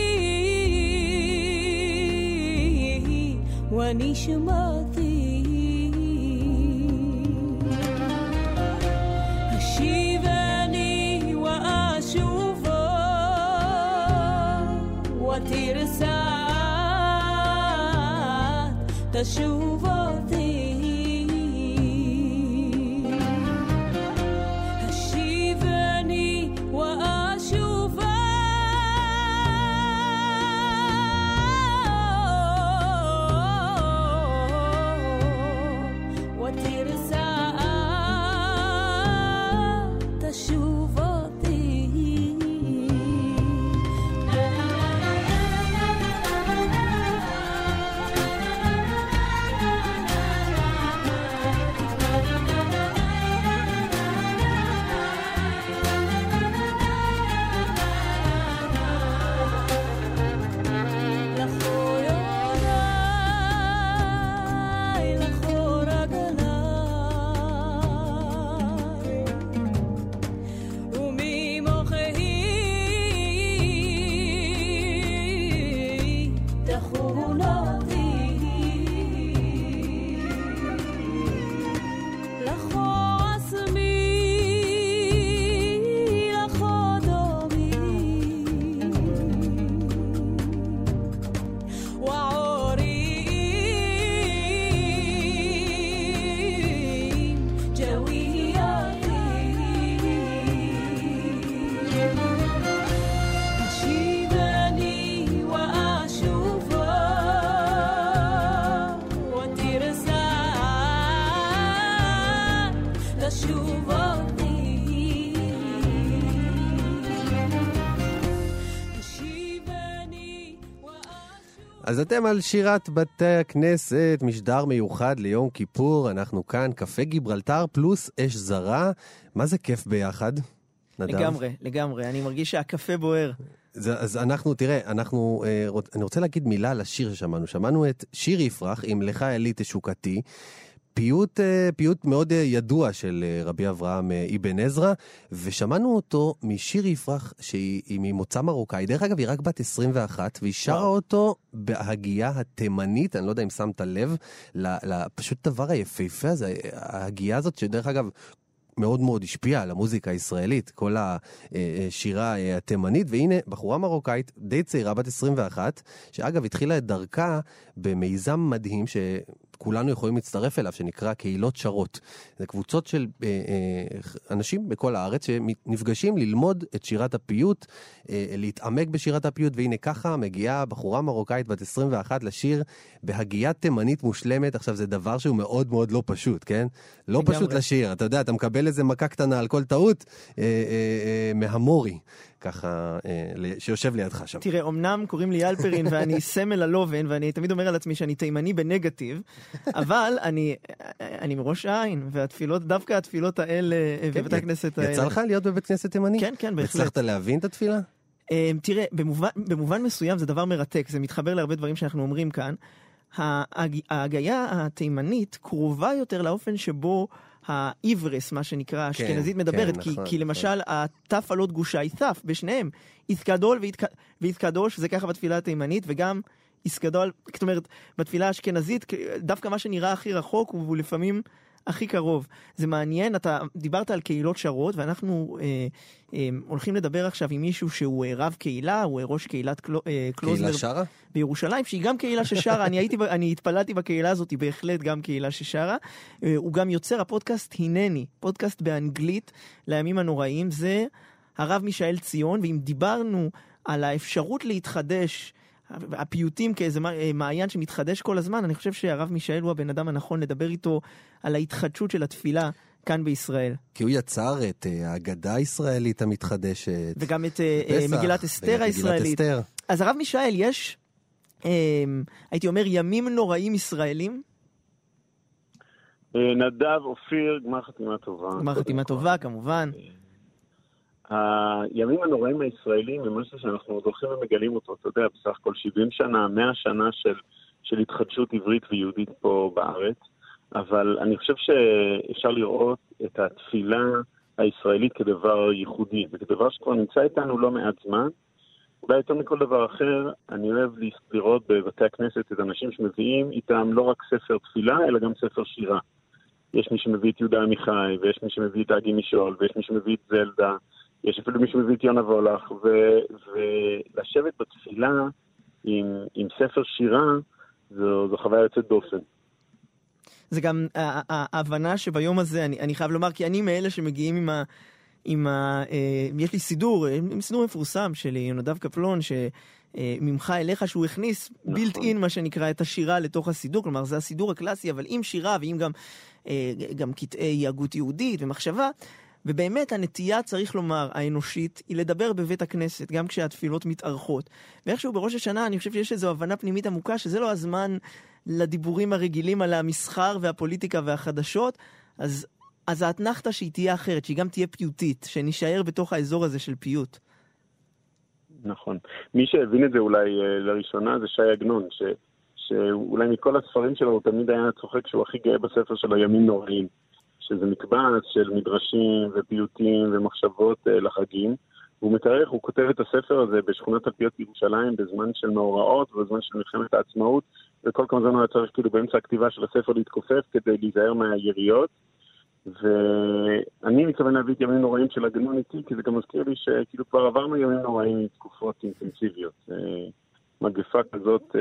ونشماتي ترسات تشوفاتي هشيفني وأشوفه وترسات تشوفاتي אז אתם על שירת בתי הכנסת, משדר מיוחד ליום כיפור, אנחנו כאן, קפה גיברלטר פלוס אש זרה, מה זה כיף ביחד? נדב? לגמרי, לגמרי, אני מרגיש שהקפה בוער. זה, אז אנחנו, תראה, אנחנו, אה, אני רוצה להגיד מילה על השיר ששמענו, שמענו את שיר יפרח עם לך אלי תשוקתי, פיוט, פיוט מאוד ידוע של רבי אברהם אבן עזרא, ושמענו אותו משיר יפרח שהיא ממוצא מרוקאי. דרך אגב, היא רק בת עשרים ואחת, והיא שרה אותו בהגייה התימנית, אני לא יודע אם שמת לב, לפשוט דבר היפהפה הזה, ההגייה הזאת שדרך אגב, מאוד מאוד השפיעה על המוזיקה הישראלית, כל השירה התימנית, והנה בחורה מרוקאית די צעירה, בת עשרים ואחת, שאגב התחילה את דרכה במיזם מדהים שכולנו יכולים להצטרף אליו, שנקרא קהילות שרות. זה קבוצות של אנשים בכל הארץ שנפגשים ללמוד את שירת הפיוט, להתעמק בשירת הפיוט, והנה ככה מגיעה בחורה מרוקאית בת עשרים ואחת לשיר בהגייה תימנית מושלמת. עכשיו זה דבר שהוא מאוד מאוד לא פשוט, כן? לא פשוט לשיר, אתה יודע, אתה מקבל איזה מכה קטנה על כל טעות אה, אה, אה, מהמורי, ככה, אה, שיושב לידך שם. תראה, אמנם קוראים לי אלפרין ואני סמל הלובן, ואני תמיד אומר על עצמי שאני תימני בנגטיב, אבל אני, אני מראש העין, והתפילות, דווקא התפילות האלה, כן, בבית הכנסת האלה. יצא לך להיות בבית כנסת תימני? כן, כן, בהחלט. הצלחת להבין את התפילה? אה, תראה, במובן, במובן מסוים זה דבר מרתק, זה מתחבר להרבה דברים שאנחנו אומרים כאן. ההגייה התימנית קרובה יותר לאופן שבו העברס, מה שנקרא, אשכנזית מדברת, כי, כי למשל, התף עלות גושה יתף, בשניהם, יתקדול ויתקדוש, זה ככה בתפילה התימנית, וגם יתקדול, זאת אומרת, בתפילה האשכנזית, דווקא מה שנראה הכי רחוק, הוא לפעמים הכי קרוב. זה מעניין, אתה דיברת על קהילות שרות, ואנחנו אה, אה, הולכים לדבר עכשיו עם מישהו שהוא אה, רב קהילה, הוא אה, ראש קהילת קלו, אה, קלוזנר. קהילה שרה? בירושלים, שהיא גם קהילה ששרה, אני, הייתי, אני התפללתי בקהילה הזאת, היא בהחלט גם קהילה ששרה. אה, הוא גם יוצר הפודקאסט הנני, פודקאסט באנגלית לימים הנוראים, זה הרב מישאל ציון, ואם דיברנו על האפשרות להתחדש, הפיוטים כאיזה מעיין שמתחדש כל הזמן, אני חושב שהרב מישאל הוא הבן אדם הנכון לדבר איתו על ההתחדשות של התפילה כאן בישראל. כי הוא יצר את האגדה הישראלית המתחדשת. וגם את פסח, מגילת אסתר הישראלית. אסתר. אז הרב מישאל, יש, הייתי אומר, ימים נוראים ישראלים? נדב, אופיר, גמר חתימה טובה. גמר חתימה טובה, כמובן. הימים הנוראים הישראלים הם משהו שאנחנו עוד הולכים ומגלים אותו, אתה יודע, בסך הכל שבעים שנה, מאה שנה של, של התחדשות עברית ויהודית פה בארץ, אבל אני חושב שאפשר לראות את התפילה הישראלית כדבר ייחודי, וכדבר שכבר נמצא איתנו לא מעט זמן. אולי יותר מכל דבר אחר, אני אוהב לראות בבתי הכנסת את אנשים שמביאים איתם לא רק ספר תפילה, אלא גם ספר שירה. יש מי שמביא את יהודה עמיחי, ויש מי שמביא את אגי משול, ויש מי שמביא את זלדה, יש אפילו מי שמביא את יונה וולך, ולשבת בתפילה עם, עם ספר שירה, זו, זו חוויה יוצאת דופן. זה גם ההבנה שביום הזה, אני, אני חייב לומר, כי אני מאלה שמגיעים עם ה... עם ה אה, יש לי סידור, עם סידור מפורסם של יונדב קפלון, שממך אליך שהוא הכניס נכון. בילט אין, מה שנקרא, את השירה לתוך הסידור, כלומר זה הסידור הקלאסי, אבל עם שירה ועם גם, אה, גם קטעי הגות יהודית ומחשבה, ובאמת הנטייה, צריך לומר, האנושית, היא לדבר בבית הכנסת, גם כשהתפילות מתארכות. ואיכשהו בראש השנה, אני חושב שיש איזו הבנה פנימית עמוקה, שזה לא הזמן לדיבורים הרגילים על המסחר והפוליטיקה והחדשות, אז, אז האתנחתה שהיא תהיה אחרת, שהיא גם תהיה פיוטית, שנשאר בתוך האזור הזה של פיוט. נכון. מי שהבין את זה אולי לראשונה זה שי עגנון, ש, שאולי מכל הספרים שלו הוא תמיד היה צוחק שהוא הכי גאה בספר של הימים נוראים. שזה מקבץ של מדרשים ופיוטים ומחשבות לחגים. הוא מתארך, הוא כותב את הספר הזה בשכונת תלפיות בירושלים בזמן של מאורעות ובזמן של מלחמת העצמאות, וכל כמה זמן הוא היה צריך כאילו באמצע הכתיבה של הספר להתכופף כדי להיזהר מהיריות. ואני מתכוון להביא את ימים נוראים של עגנון איתי, כי זה גם מזכיר לי שכאילו כבר עברנו ימים נוראים עם תקופות אינטנסיביות. מגפה כזאת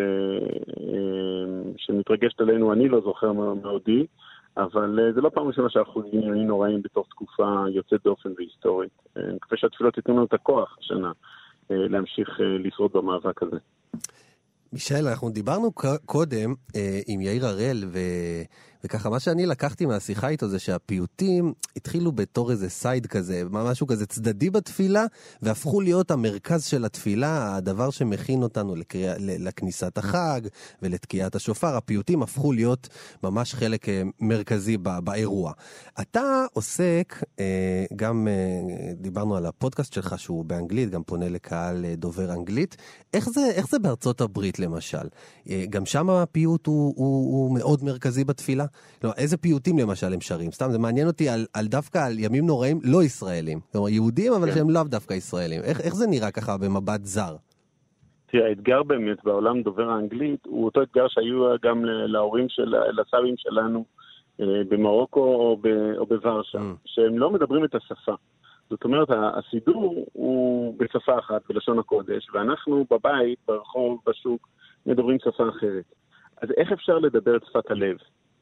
שמתרגשת עלינו, אני לא זוכר מעודי, אבל זה לא פעם ראשונה שאנחנו ימים נוראים בתוך תקופה יוצאת דופן והיסטורית. אני מקווה שהתפילות ייתנו לנו את הכוח השנה להמשיך לשרוד במאבק הזה. מישאל, אנחנו דיברנו קודם עם יאיר הראל, וככה, מה שאני לקחתי מהשיחה איתו זה שהפיוטים התחילו בתור איזה סייד כזה, משהו כזה צדדי בתפילה, והפכו להיות המרכז של התפילה, הדבר שמכין אותנו לקריאה, לכניסת החג ולתקיעת השופר. הפיוטים הפכו להיות ממש חלק מרכזי באירוע. אתה עוסק, גם דיברנו על הפודקאסט שלך שהוא באנגלית, גם פונה לקהל דובר אנגלית. איך זה, איך זה בארצות הברית למשל? גם שם הפיוט הוא, הוא, הוא מאוד מרכזי בתפילה? לא, איזה פיוטים למשל הם שרים? סתם, זה מעניין אותי על, על דווקא על ימים נוראים לא ישראלים. כלומר, יהודים, אבל כן. שהם לאו דווקא ישראלים. איך, איך זה נראה ככה במבט זר? תראה, האתגר באמת בעולם דובר האנגלית הוא אותו אתגר שהיו גם להורים של, לסבים שלנו במרוקו או, ב, או בוורשה, mm. שהם לא מדברים את השפה. זאת אומרת, הסידור הוא בשפה אחת, בלשון הקודש, ואנחנו בבית, ברחוב, בשוק, מדברים שפה אחרת. אז איך אפשר לדבר את שפת הלב?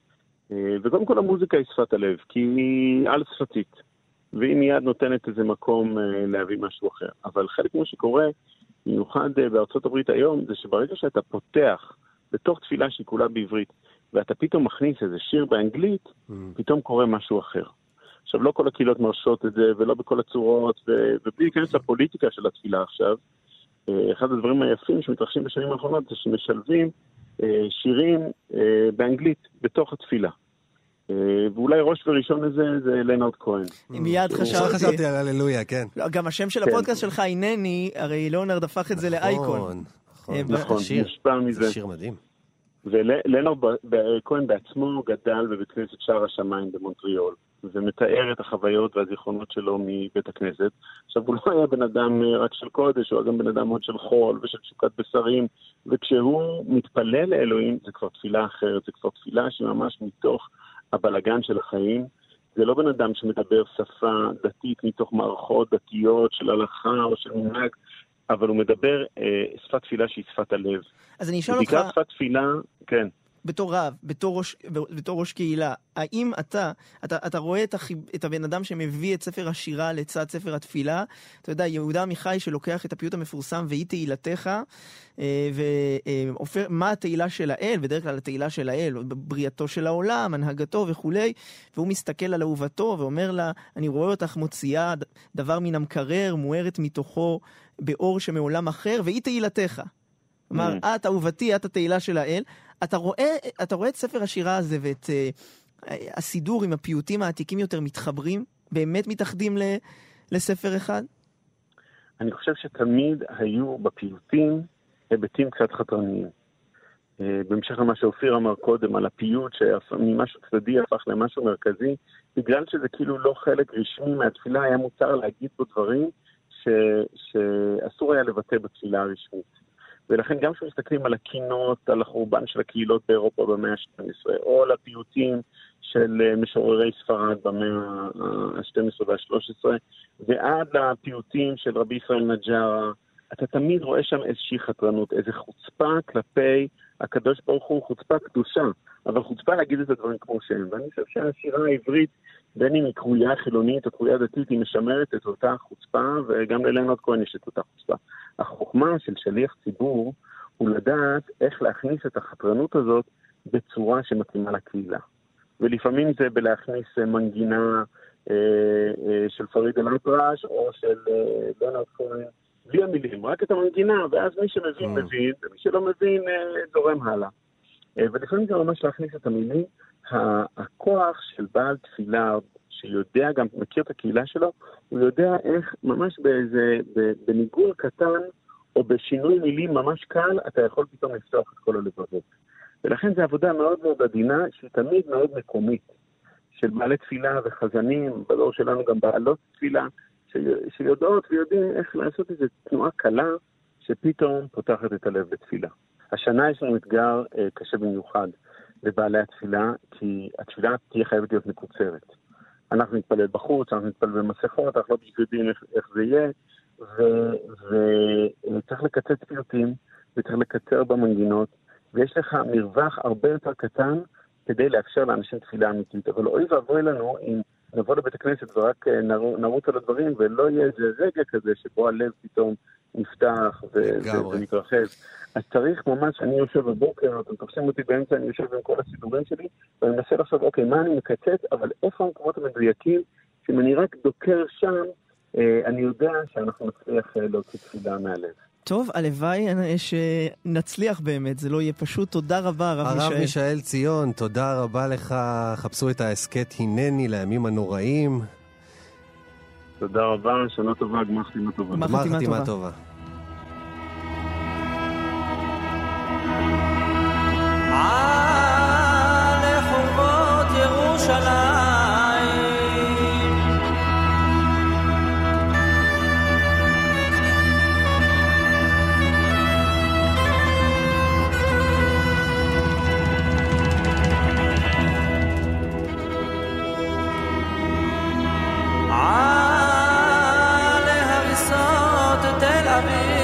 וקודם כל המוזיקה היא שפת הלב, כי היא על שפתית, והיא מיד נותנת איזה מקום להביא משהו אחר. אבל חלק מה שקורה, במיוחד בארצות הברית היום, זה שברגע שאתה פותח בתוך תפילה שהיא כולה בעברית, ואתה פתאום מכניס איזה שיר באנגלית, mm. פתאום קורה משהו אחר. עכשיו, לא כל הקהילות מרשות את זה, ולא בכל הצורות, ו- ובלי להיכנס לפוליטיקה של התפילה עכשיו, אחד הדברים היפים שמתרחשים בשנים האחרונות, זה שמשלבים שירים באנגלית בתוך התפילה. ואולי ראש וראשון לזה זה לנארד כהן. מיד חשבתי. חשבתי על הללויה, כן. גם השם של הפודקאסט שלך, אינני, הרי לנארד הפך את זה לאייקון. נכון, מושפע מזה. זה שיר מדהים. ולנארד כהן בעצמו גדל בבית כנסת שער השמיים במונטריאול, ומתאר את החוויות והזיכרונות שלו מבית הכנסת. עכשיו, הוא לא היה בן אדם רק של קודש, הוא היה גם בן אדם עוד של חול ושל שוקת בשרים, וכשהוא מתפלל לאלוהים, זה כבר תפילה אחרת, זה כבר תפילה שממש מתוך הבלגן של החיים. זה לא בן אדם שמדבר שפה דתית מתוך מערכות דתיות של הלכה או של מנהג, אבל הוא מדבר אה, שפת תפילה שהיא שפת הלב. אז אני אשאל אותך... ובעיקר שפת תפילה, כן. בתור רב, בתור ראש, בתור ראש קהילה, האם אתה, אתה, אתה רואה את, החיב, את הבן אדם שמביא את ספר השירה לצד ספר התפילה? אתה יודע, יהודה עמיחי שלוקח את הפיוט המפורסם והיא תהילתך, ומה התהילה של האל, בדרך כלל התהילה של האל, בריאתו של העולם, הנהגתו וכולי, והוא מסתכל על אהובתו ואומר לה, אני רואה אותך מוציאה דבר מן המקרר, מוארת מתוכו באור שמעולם אחר, והיא תהילתך. כלומר, את אהובתי, את התהילה של האל. אתה רואה, אתה רואה את ספר השירה הזה ואת uh, הסידור עם הפיוטים העתיקים יותר מתחברים? באמת מתאחדים ל, לספר אחד? אני חושב שתמיד היו בפיוטים היבטים קצת חתרניים. Uh, בהמשך למה שאופיר אמר קודם על הפיוט שממשהו צדדי הפך למשהו מרכזי, בגלל שזה כאילו לא חלק רשמי מהתפילה, היה מותר להגיד בו דברים ש, שאסור היה לבטא בתפילה הרשמית. ולכן גם כשמסתכלים על הקינות, על החורבן של הקהילות באירופה במאה ה-שתים עשרה, או על הפיוטים של משוררי ספרד במאה ה-שתים עשרה וה-שלוש עשרה, ועד לפיוטים של רבי ישראל נג'רה, אתה תמיד רואה שם איזושהי חתרנות, איזו חוצפה כלפי הקדוש ברוך הוא, חוצפה קדושה, אבל חוצפה להגיד את הדברים כמו שהם. ואני חושב שהשירה העברית, בין אם היא קרויה חילונית או קרויה דתית, היא משמרת את אותה חוצפה, וגם ללנארד כהן יש את אותה חוצפה. החוכמה של שליח ציבור הוא לדעת איך להכניס את החתרנות הזאת בצורה שמתאימה לקהילה. ולפעמים זה בלהכניס מנגינה אה, אה, של פריד אל-אטרש או של אה, לנארד כהן, בלי המילים, רק את המנגינה, ואז מי שמבין מבין, ומי שלא מבין זורם הלאה. ולפעמים זה ממש להכניס את המילים. הכוח של בעל תפילה, שיודע, גם מכיר את הקהילה שלו, הוא יודע איך ממש באיזה, בניגון קטן, או בשינוי מילים ממש קל, אתה יכול פתאום לפתוח את כל הלבבות. ולכן זו עבודה מאוד מאוד עדינה, שהיא תמיד מאוד מקומית, של בעלי תפילה וחזנים, בדור שלנו גם בעלות תפילה, שיודעות ויודעים איך לעשות איזו תנועה קלה שפתאום פותחת את הלב בתפילה. השנה יש לנו אתגר אה, קשה במיוחד לבעלי התפילה, כי התפילה תהיה חייבת להיות מקוצרת. אנחנו נתפלל בחוץ, אנחנו נתפלל במסכות, אנחנו לא יודעים איך, איך זה יהיה, וצריך לקצץ פיוטים, וצריך לקצר במנגינות, ויש לך מרווח הרבה יותר קטן כדי לאפשר לאנשים תפילה אמיתית. אבל אוי ואבוי לנו אם נבוא לבית הכנסת ורק נרוץ על הדברים, ולא יהיה איזה רגע כזה שבו הלב פתאום נפתח ומתרחב. אז צריך ממש, אני יושב בבוקר, אתם תופסים אותי באמצע, אני יושב עם כל הסידורים שלי, ואני מנסה לחשוב, אוקיי, מה אני מקצץ, אבל איפה המקומות המדויקים, שאם אני רק דוקר שם, אני יודע שאנחנו נצליח להוציא תפילה מהלב. טוב, הלוואי שנצליח באמת, זה לא יהיה פשוט. תודה רבה, הרב מישאל. הרב מישאל ציון, תודה רבה לך. חפשו את העסקת הנני לימים הנוראים. תודה רבה, שנה טובה, גמר חתימה טובה. גמר חתימה טובה. על חורבות ירושלים על הריסות תל אביב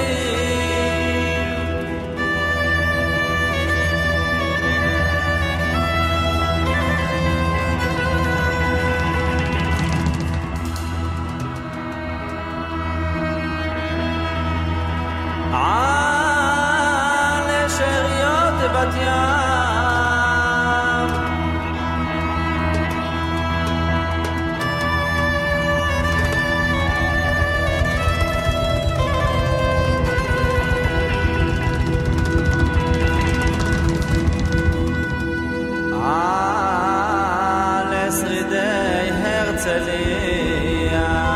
על שאריות בת ים על שרידי הרצליה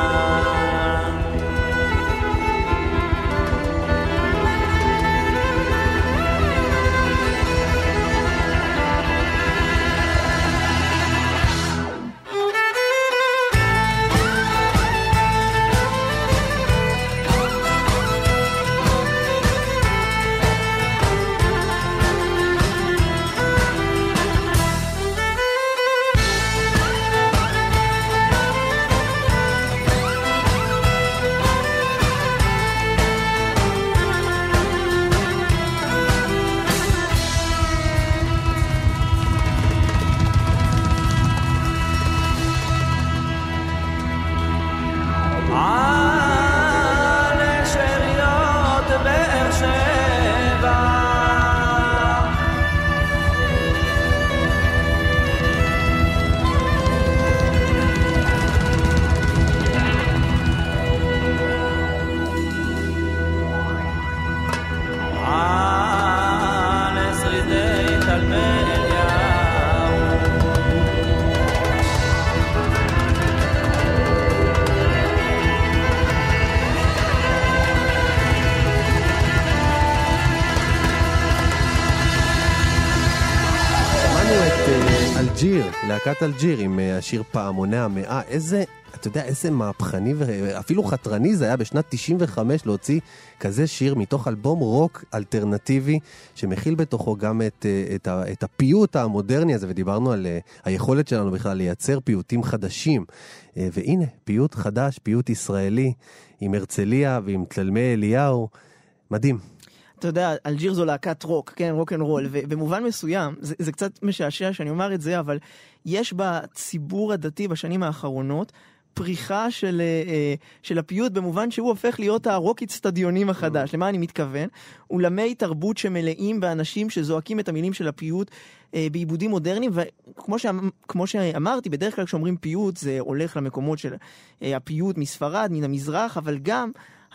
אלג'יר, להקת אלג'יר עם השיר פעמוני המאה. איזה, אתה יודע, איזה מהפכני ואפילו חתרני זה היה בשנת תשעים וחמש להוציא כזה שיר מתוך אלבום רוק אלטרנטיבי שמכיל בתוכו גם את, את, את הפיוט המודרני הזה, ודיברנו על היכולת שלנו בכלל לייצר פיוטים חדשים. והנה, פיוט חדש, פיוט ישראלי עם הרצליה ועם תלמי אליהו. מדהים. אתה יודע, אלג'יר זו להקת רוק, כן, רוק אנד רול, ובמובן מסוים, זה, זה קצת משעשע שאני אומר את זה, אבל יש בציבור הדתי בשנים האחרונות פריחה של, של הפיוט, במובן שהוא הופך להיות הרוק אצטדיונים החדש. למה אני מתכוון? אולמי תרבות שמלאים באנשים שזועקים את המילים של הפיוט בעיבודים מודרניים, וכמו שאמ, כמו שאמרתי, בדרך כלל כשאומרים פיוט, זה הולך למקומות של הפיוט מספרד, מן המזרח, אבל גם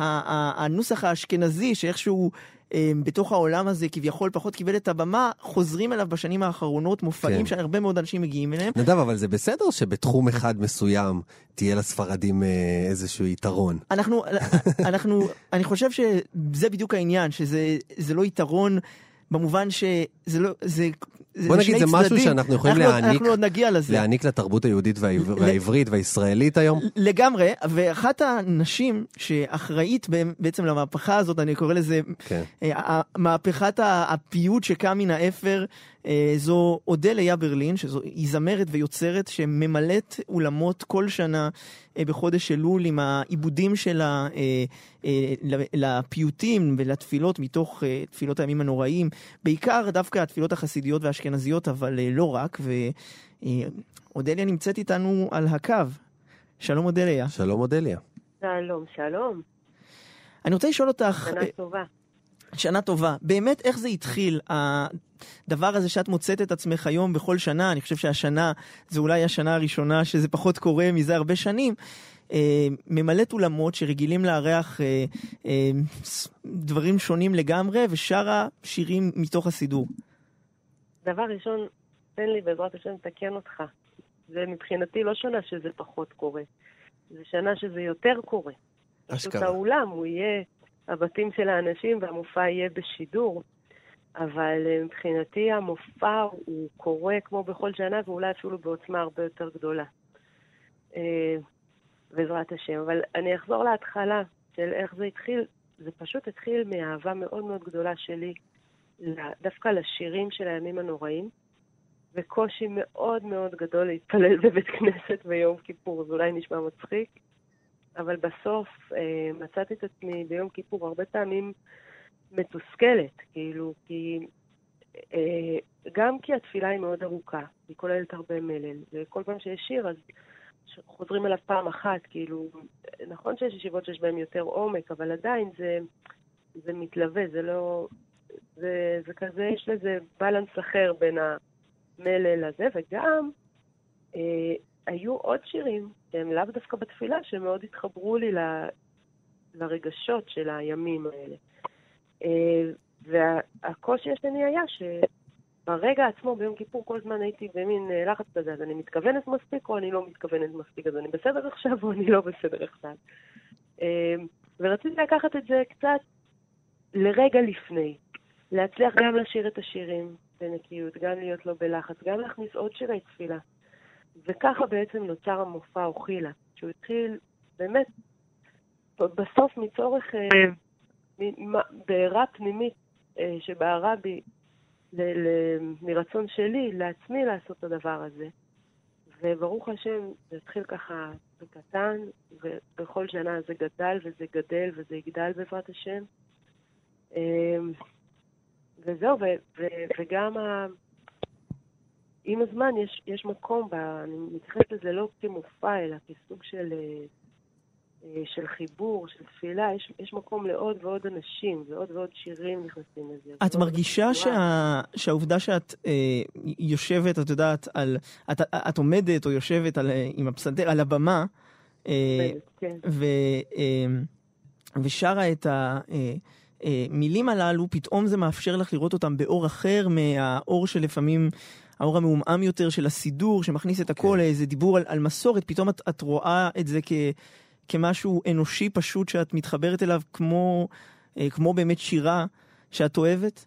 הנוסח האשכנזי, שאיכשהו בתוך העולם הזה כביכול פחות קיבל את הבמה, חוזרים אליו בשנים האחרונות, מופעים כן. שהרבה מאוד אנשים מגיעים אליהם. נדב, אבל זה בסדר שבתחום אחד מסוים תהיה לספרדים איזשהו יתרון. אנחנו, אנחנו, אני חושב שזה בדיוק העניין, שזה זה לא יתרון במובן שזה לא, זה, בוא נגיד, זה משהו שאנחנו יכולים להעניק, להעניק לתרבות היהודית והעברית והישראלית היום? לגמרי, ואחת הנשים שאחראית בעצם למהפכה הזאת, אני קורא לזה, מהפכת הפיוט שקם מן האפר, זו אודליה ברלין, שהיא זמרת ויוצרת שממלאת אולמות כל שנה בחודש אלול עם העיבודים שלה לפיוטים ולתפילות מתוך תפילות הימים הנוראים, בעיקר דווקא התפילות החסידיות והאשכנזיות, אבל לא רק. ואודליה נמצאת איתנו על הקו. שלום אודליה. שלום אודליה. שלום, שלום. אני רוצה לשאול אותך... שנה טובה. שנה טובה. באמת, איך זה התחיל? הדבר הזה שאת מוצאת את עצמך היום בכל שנה, אני חושב שהשנה, זה אולי השנה הראשונה שזה פחות קורה מזה הרבה שנים, אה, ממלאת אולמות שרגילים לארח אה, אה, דברים שונים לגמרי, ושרה שירים מתוך הסידור. דבר ראשון, תן לי בעזרת השם לתקן אותך. זה מבחינתי לא שנה שזה פחות קורה. זה שנה שזה יותר קורה. פשוט האולם, הוא יהיה הבתים של האנשים והמופע יהיה בשידור. אבל מבחינתי המופע הוא קורה כמו בכל שנה, ואולי אפילו בעוצמה הרבה יותר גדולה. בעזרת השם. אבל אני אחזור להתחלה של איך זה התחיל. זה פשוט התחיל מאהבה מאוד מאוד גדולה שלי, דווקא לשירים של הימים הנוראים, וקושי מאוד מאוד גדול להתפלל בבית כנסת ביום כיפור. זה אולי נשמע מצחיק, אבל בסוף אה, מצאתי את עצמי ביום כיפור הרבה פעמים מתוסכלת, כאילו, כי אה, גם כי התפילה היא מאוד ארוכה, היא כוללת הרבה מלל, וכל פעם שיש שיר, אז חוזרים אליו פעם אחת, כאילו, נכון שיש ישיבות שיש בהם יותר עומק, אבל עדיין זה, זה מתלווה, זה לא, זה, זה כזה, יש לזה בלנס אחר בין המלל הזה, וגם אה, היו עוד שירים, שהם לאו דווקא בתפילה, שמאוד התחברו לי ל, לרגשות של הימים האלה. אה, והקושי השני היה שברגע עצמו, ביום כיפור, כל זמן הייתי במין לחץ כזה, אז אני מתכוונת מספיק או אני לא מתכוונת מספיק, אז אני בסדר עכשיו או אני לא בסדר עכשיו. אה, ורציתי לקחת את זה קצת לרגע לפני, להצליח גם לשיר את השירים בנקיות, גם להיות לו בלחץ, גם להכניס עוד שירי תפילה. וככה בעצם נוצר המופע אוכילה, שהוא התחיל באמת בסוף מצורך בעירה פנימית שבערה בי מרצון שלי לעצמי לעשות את הדבר הזה. וברוך השם זה התחיל ככה בקטן, ובכל שנה זה גדל וזה גדל וזה יגדל בעזרת השם. וזהו, ו- ו- וגם ה- עם הזמן יש, יש מקום, בה, אני מתייחסת לזה לא כמופע, אלא כסוג של, של חיבור, של תפילה, יש, יש מקום לעוד ועוד אנשים, ועוד ועוד שירים נכנסים לזה. את מרגישה שה, שהעובדה שאת אה, יושבת, את יודעת, על, את, את עומדת או יושבת על, עם הפסנתר, על הבמה, אה, כן. ו, אה, ושרה את ה... אה, מילים הללו, פתאום זה מאפשר לך לראות אותם באור אחר מהאור שלפעמים, האור המעומעם יותר של הסידור, שמכניס את הכל לאיזה דיבור על, על מסורת, פתאום את, את רואה את זה כ, כמשהו אנושי פשוט שאת מתחברת אליו כמו, כמו באמת שירה שאת אוהבת?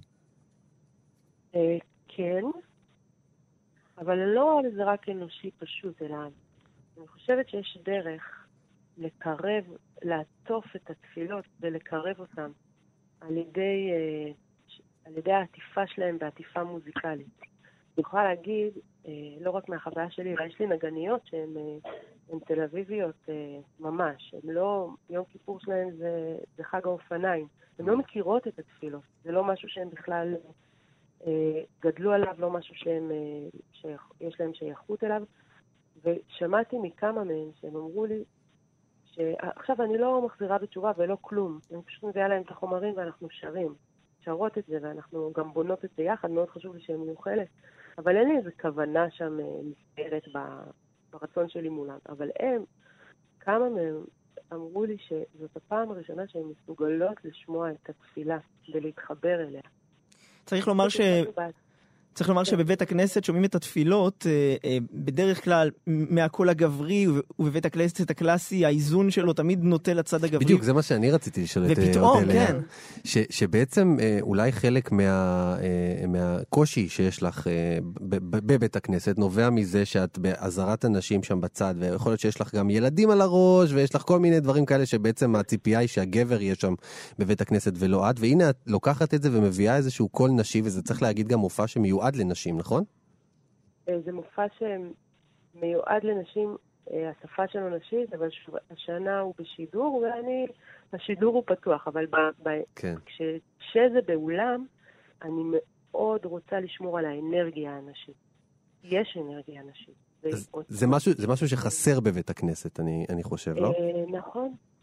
כן, אבל לא זה רק אנושי פשוט, אלא אני חושבת שיש דרך לקרב, לעטוף את התפילות ולקרב אותם. על ידי, על ידי העטיפה שלהם בעטיפה מוזיקלית. אני יכולה להגיד, לא רק מהחוויה שלי, אלא יש לי נגניות שהן תל אביביות ממש. הן לא, יום כיפור שלהם זה, זה חג האופניים. הן לא מכירות את התפילות. זה לא משהו שהן בכלל גדלו עליו, לא משהו שהם, שיש להם שייכות אליו. ושמעתי מכמה מהם שהם אמרו לי, עכשיו אני לא מחזירה בתשובה ולא כלום. אני פשוט מביאה להם את החומרים ואנחנו שרים. שרות את זה ואנחנו גם בונות את זה יחד. מאוד חשוב לי שהם יהיו חלק. אבל אין לי איזו כוונה שם מסתרת ברצון שלי מולם. אבל הם, כמה מהם אמרו לי שזאת הפעם הראשונה שהן מסוגלות לשמוע את התפילה ולהתחבר אליה. צריך לומר ש... צריך לומר שבבית הכנסת שומעים את התפילות, בדרך כלל מהקול הגברי, ובבית הכנסת הקלאסי, האיזון שלו תמיד נוטה לצד הגברי. בדיוק, זה מה שאני רציתי לשאול את אודליה. ופתאום, כן. שבעצם אולי חלק מהקושי שיש לך בבית הכנסת, נובע מזה שאת בעזרת אנשים שם בצד, ויכול להיות שיש לך גם ילדים על הראש, ויש לך כל מיני דברים כאלה שבעצם הציפייה היא שהגבר יהיה שם בבית הכנסת ולא את, והנה את לוקחת את זה ומביאה איזשהו קול נשי, וזה צריך להגיד גם מופע שמיועד עד לנשים, נכון? זה מופע שמיועד לנשים, השפה שלו נשית, אבל השנה הוא בשידור, ואני, השידור הוא פתוח, אבל ב, ב, כן. כשזה באולם, אני מאוד רוצה לשמור על האנרגיה הנשית. יש אנרגיה נשית. זה, זה, משהו, זה משהו שחסר בבית הכנסת, אני, אני חושב, לא? נכון,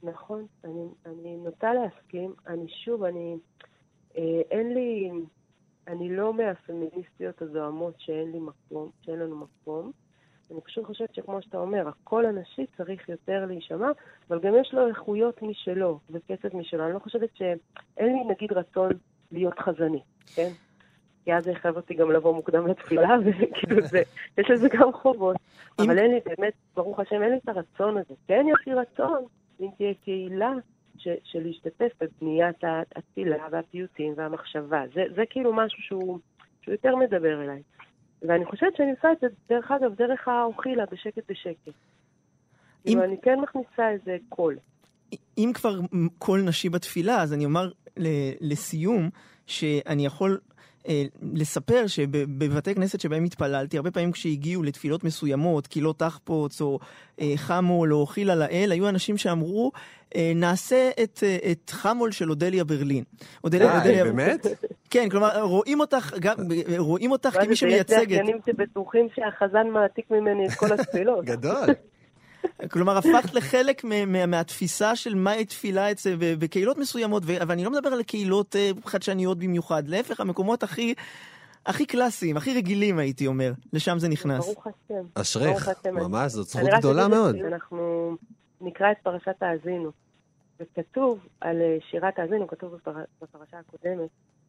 נכון, אני, אני נוטה להסכים. אני שוב, אני, אה, אין לי, אני לא מהפמיניסטיות הזוהמות שאין לי מקום, שאין לנו מקום. אני פשוט חושבת שכמו שאתה אומר, הקול הנשי צריך יותר להישמע, אבל גם יש לו איכויות משלו, וקצת משלו. אני לא חושבת שאין לי, נגיד, רצון להיות חזני, כן? כי אז זה חייב אותי גם לבוא מוקדם לתפילה, וכאילו זה, יש לזה גם חובות. אבל אין לי באמת, ברוך השם, אין לי את הרצון הזה. כן, יש לי רצון, אם תהיה קהילה ש, של להשתתף בבניית התפילה והפיוטים והמחשבה. זה, זה כאילו משהו שהוא, שהוא יותר מדבר אליי. ואני חושבת שאני עושה את זה, דרך אגב, דרך האוכילה, בשקט בשקט. אם... אני כן מכניסה איזה קול. אם כבר קול נשי בתפילה, אז אני אומר לסיום, שאני יכול אה, לספר שבבתי כנסת שבהם התפללתי, הרבה פעמים כשהגיעו לתפילות מסוימות, קילות תחפוץ או אה, חמול או אוכילה לאל, היו אנשים שאמרו, אה, נעשה את, אה, את חמול של אודליה ברלין. אודליה, אה, אודליה... באמת? כן, כלומר, רואים אותך, גם, רואים אותך כמי שמייצגת. זה יציינים שבטוחים שהחזן מעתיק ממני את כל התפילות. גדול. כלומר, הפכת לחלק מהתפיסה של מהי תפילה בקהילות מסוימות, ואני לא מדבר על קהילות חדשניות במיוחד, להפך, המקומות הכי הכי קלאסיים, הכי רגילים, הייתי אומר. לשם זה נכנס. ברוך השם. אשריך, ממש, זאת זכות גדולה מאוד. אנחנו נקרא את פרשת האזינו, וכתוב על שירת האזינו, כתוב בפרשה הקודמת,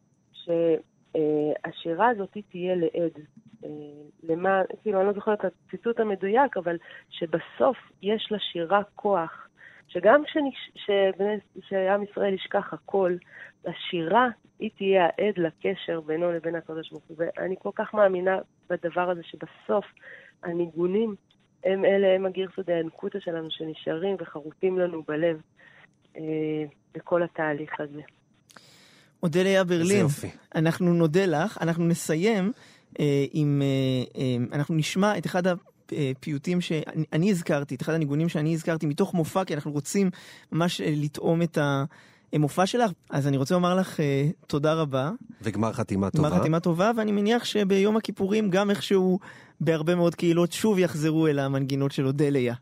שהשירה הזאת תהיה לעד. למה, כאילו, אני לא זוכרת את הציטוט המדויק, אבל שבסוף יש לשירה כוח, שגם כשעם ישראל ישכח הכל, השירה היא תהיה העד לקשר בינו לבין הקדוש ברוך הוא. ואני כל כך מאמינה בדבר הזה שבסוף הניגונים הם אלה, הם הגרסא דינקותא שלנו שנשארים וחרוטים לנו בלב אה, בכל התהליך הזה. אודליה ברלין, אנחנו נודה לך, אנחנו נסיים אה, עם, אה, אה, אנחנו נשמע את אחד הפיוטים שאני הזכרתי, את אחד הניגונים שאני הזכרתי מתוך מופע, כי אנחנו רוצים ממש אה, לטעום את המופע שלך, אז אני רוצה לומר לך אה, תודה רבה. וגמר חתימה טובה. גמר חתימה טובה, ואני מניח שביום הכיפורים גם איכשהו בהרבה מאוד קהילות שוב יחזרו אל המנגינות של אודליה.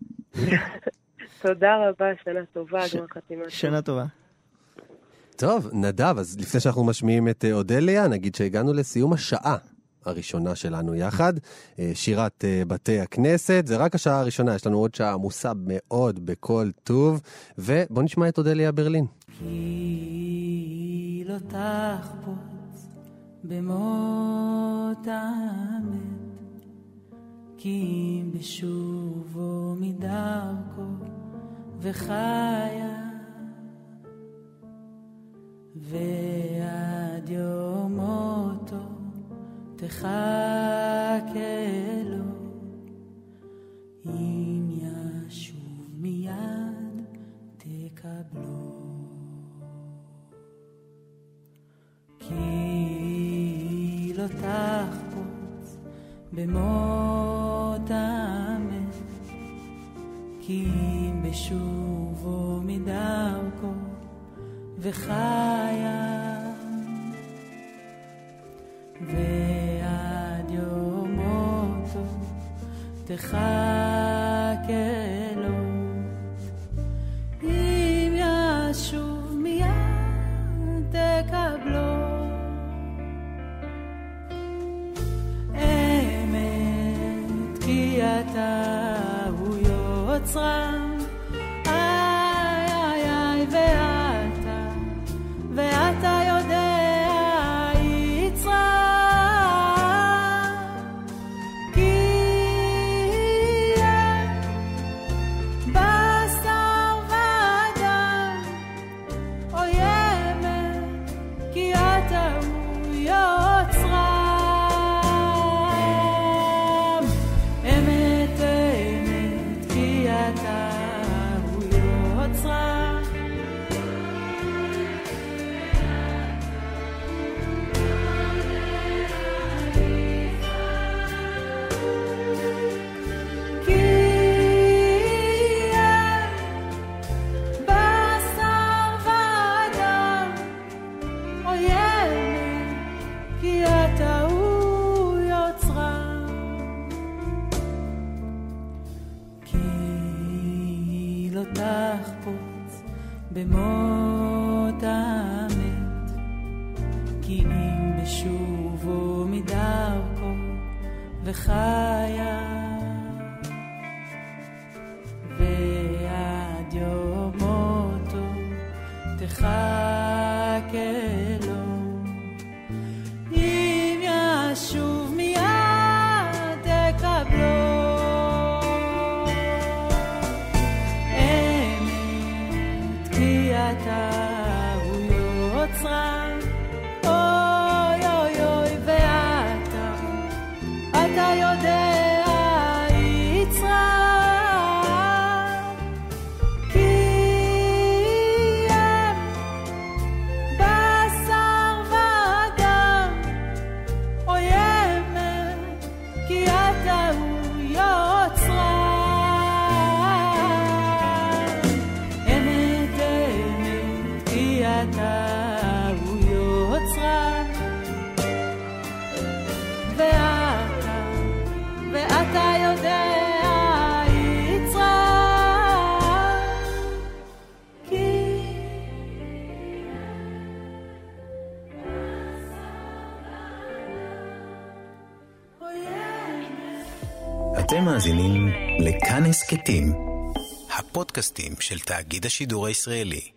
תודה רבה, שנה טובה, גמר חתימה טובה. שנה טובה. טוב, נדב, אז לפני שאנחנו משמיעים את אודליה, נגיד שהגענו לסיום השעה הראשונה שלנו יחד, שירת בתי הכנסת, זה רק השעה הראשונה, יש לנו עוד שעה עמוסה מאוד בכל טוב, ובוא נשמע את אודליה ברלין. כי לא תחפוץ במות האמת, כי אם בשובו מדרכו וחיה, ועד יום מותו תחכה לו, אם ישוב מיד תקבלו. כי לא תחפוץ במות האמת, כי אם בשובו מדרכו וחיה, ועד יום מותו תחכה לו, אם ישוב מיד תקבלו. אמת כי אתה הוא יוצרם, איי איי איי ואתה ואתה יודע יצרה, כי בשר ודם אוימת, כי אתה הוא יוצרם. אמת אמת כי אתה הוא יוצרם, תחפוץ במות המת, כי אם בשובו מדרכו וחיה, ועד יום מותו תחכה לו. אם ישוב מיד תקבלו. אמת כי אתה הוא יוצרה, אוי אוי אוי ואתה, אתה יודע יצרה. אתם מאזינים לכאן הסכתים, הפודקאסטים של תאגיד השידור הישראלי.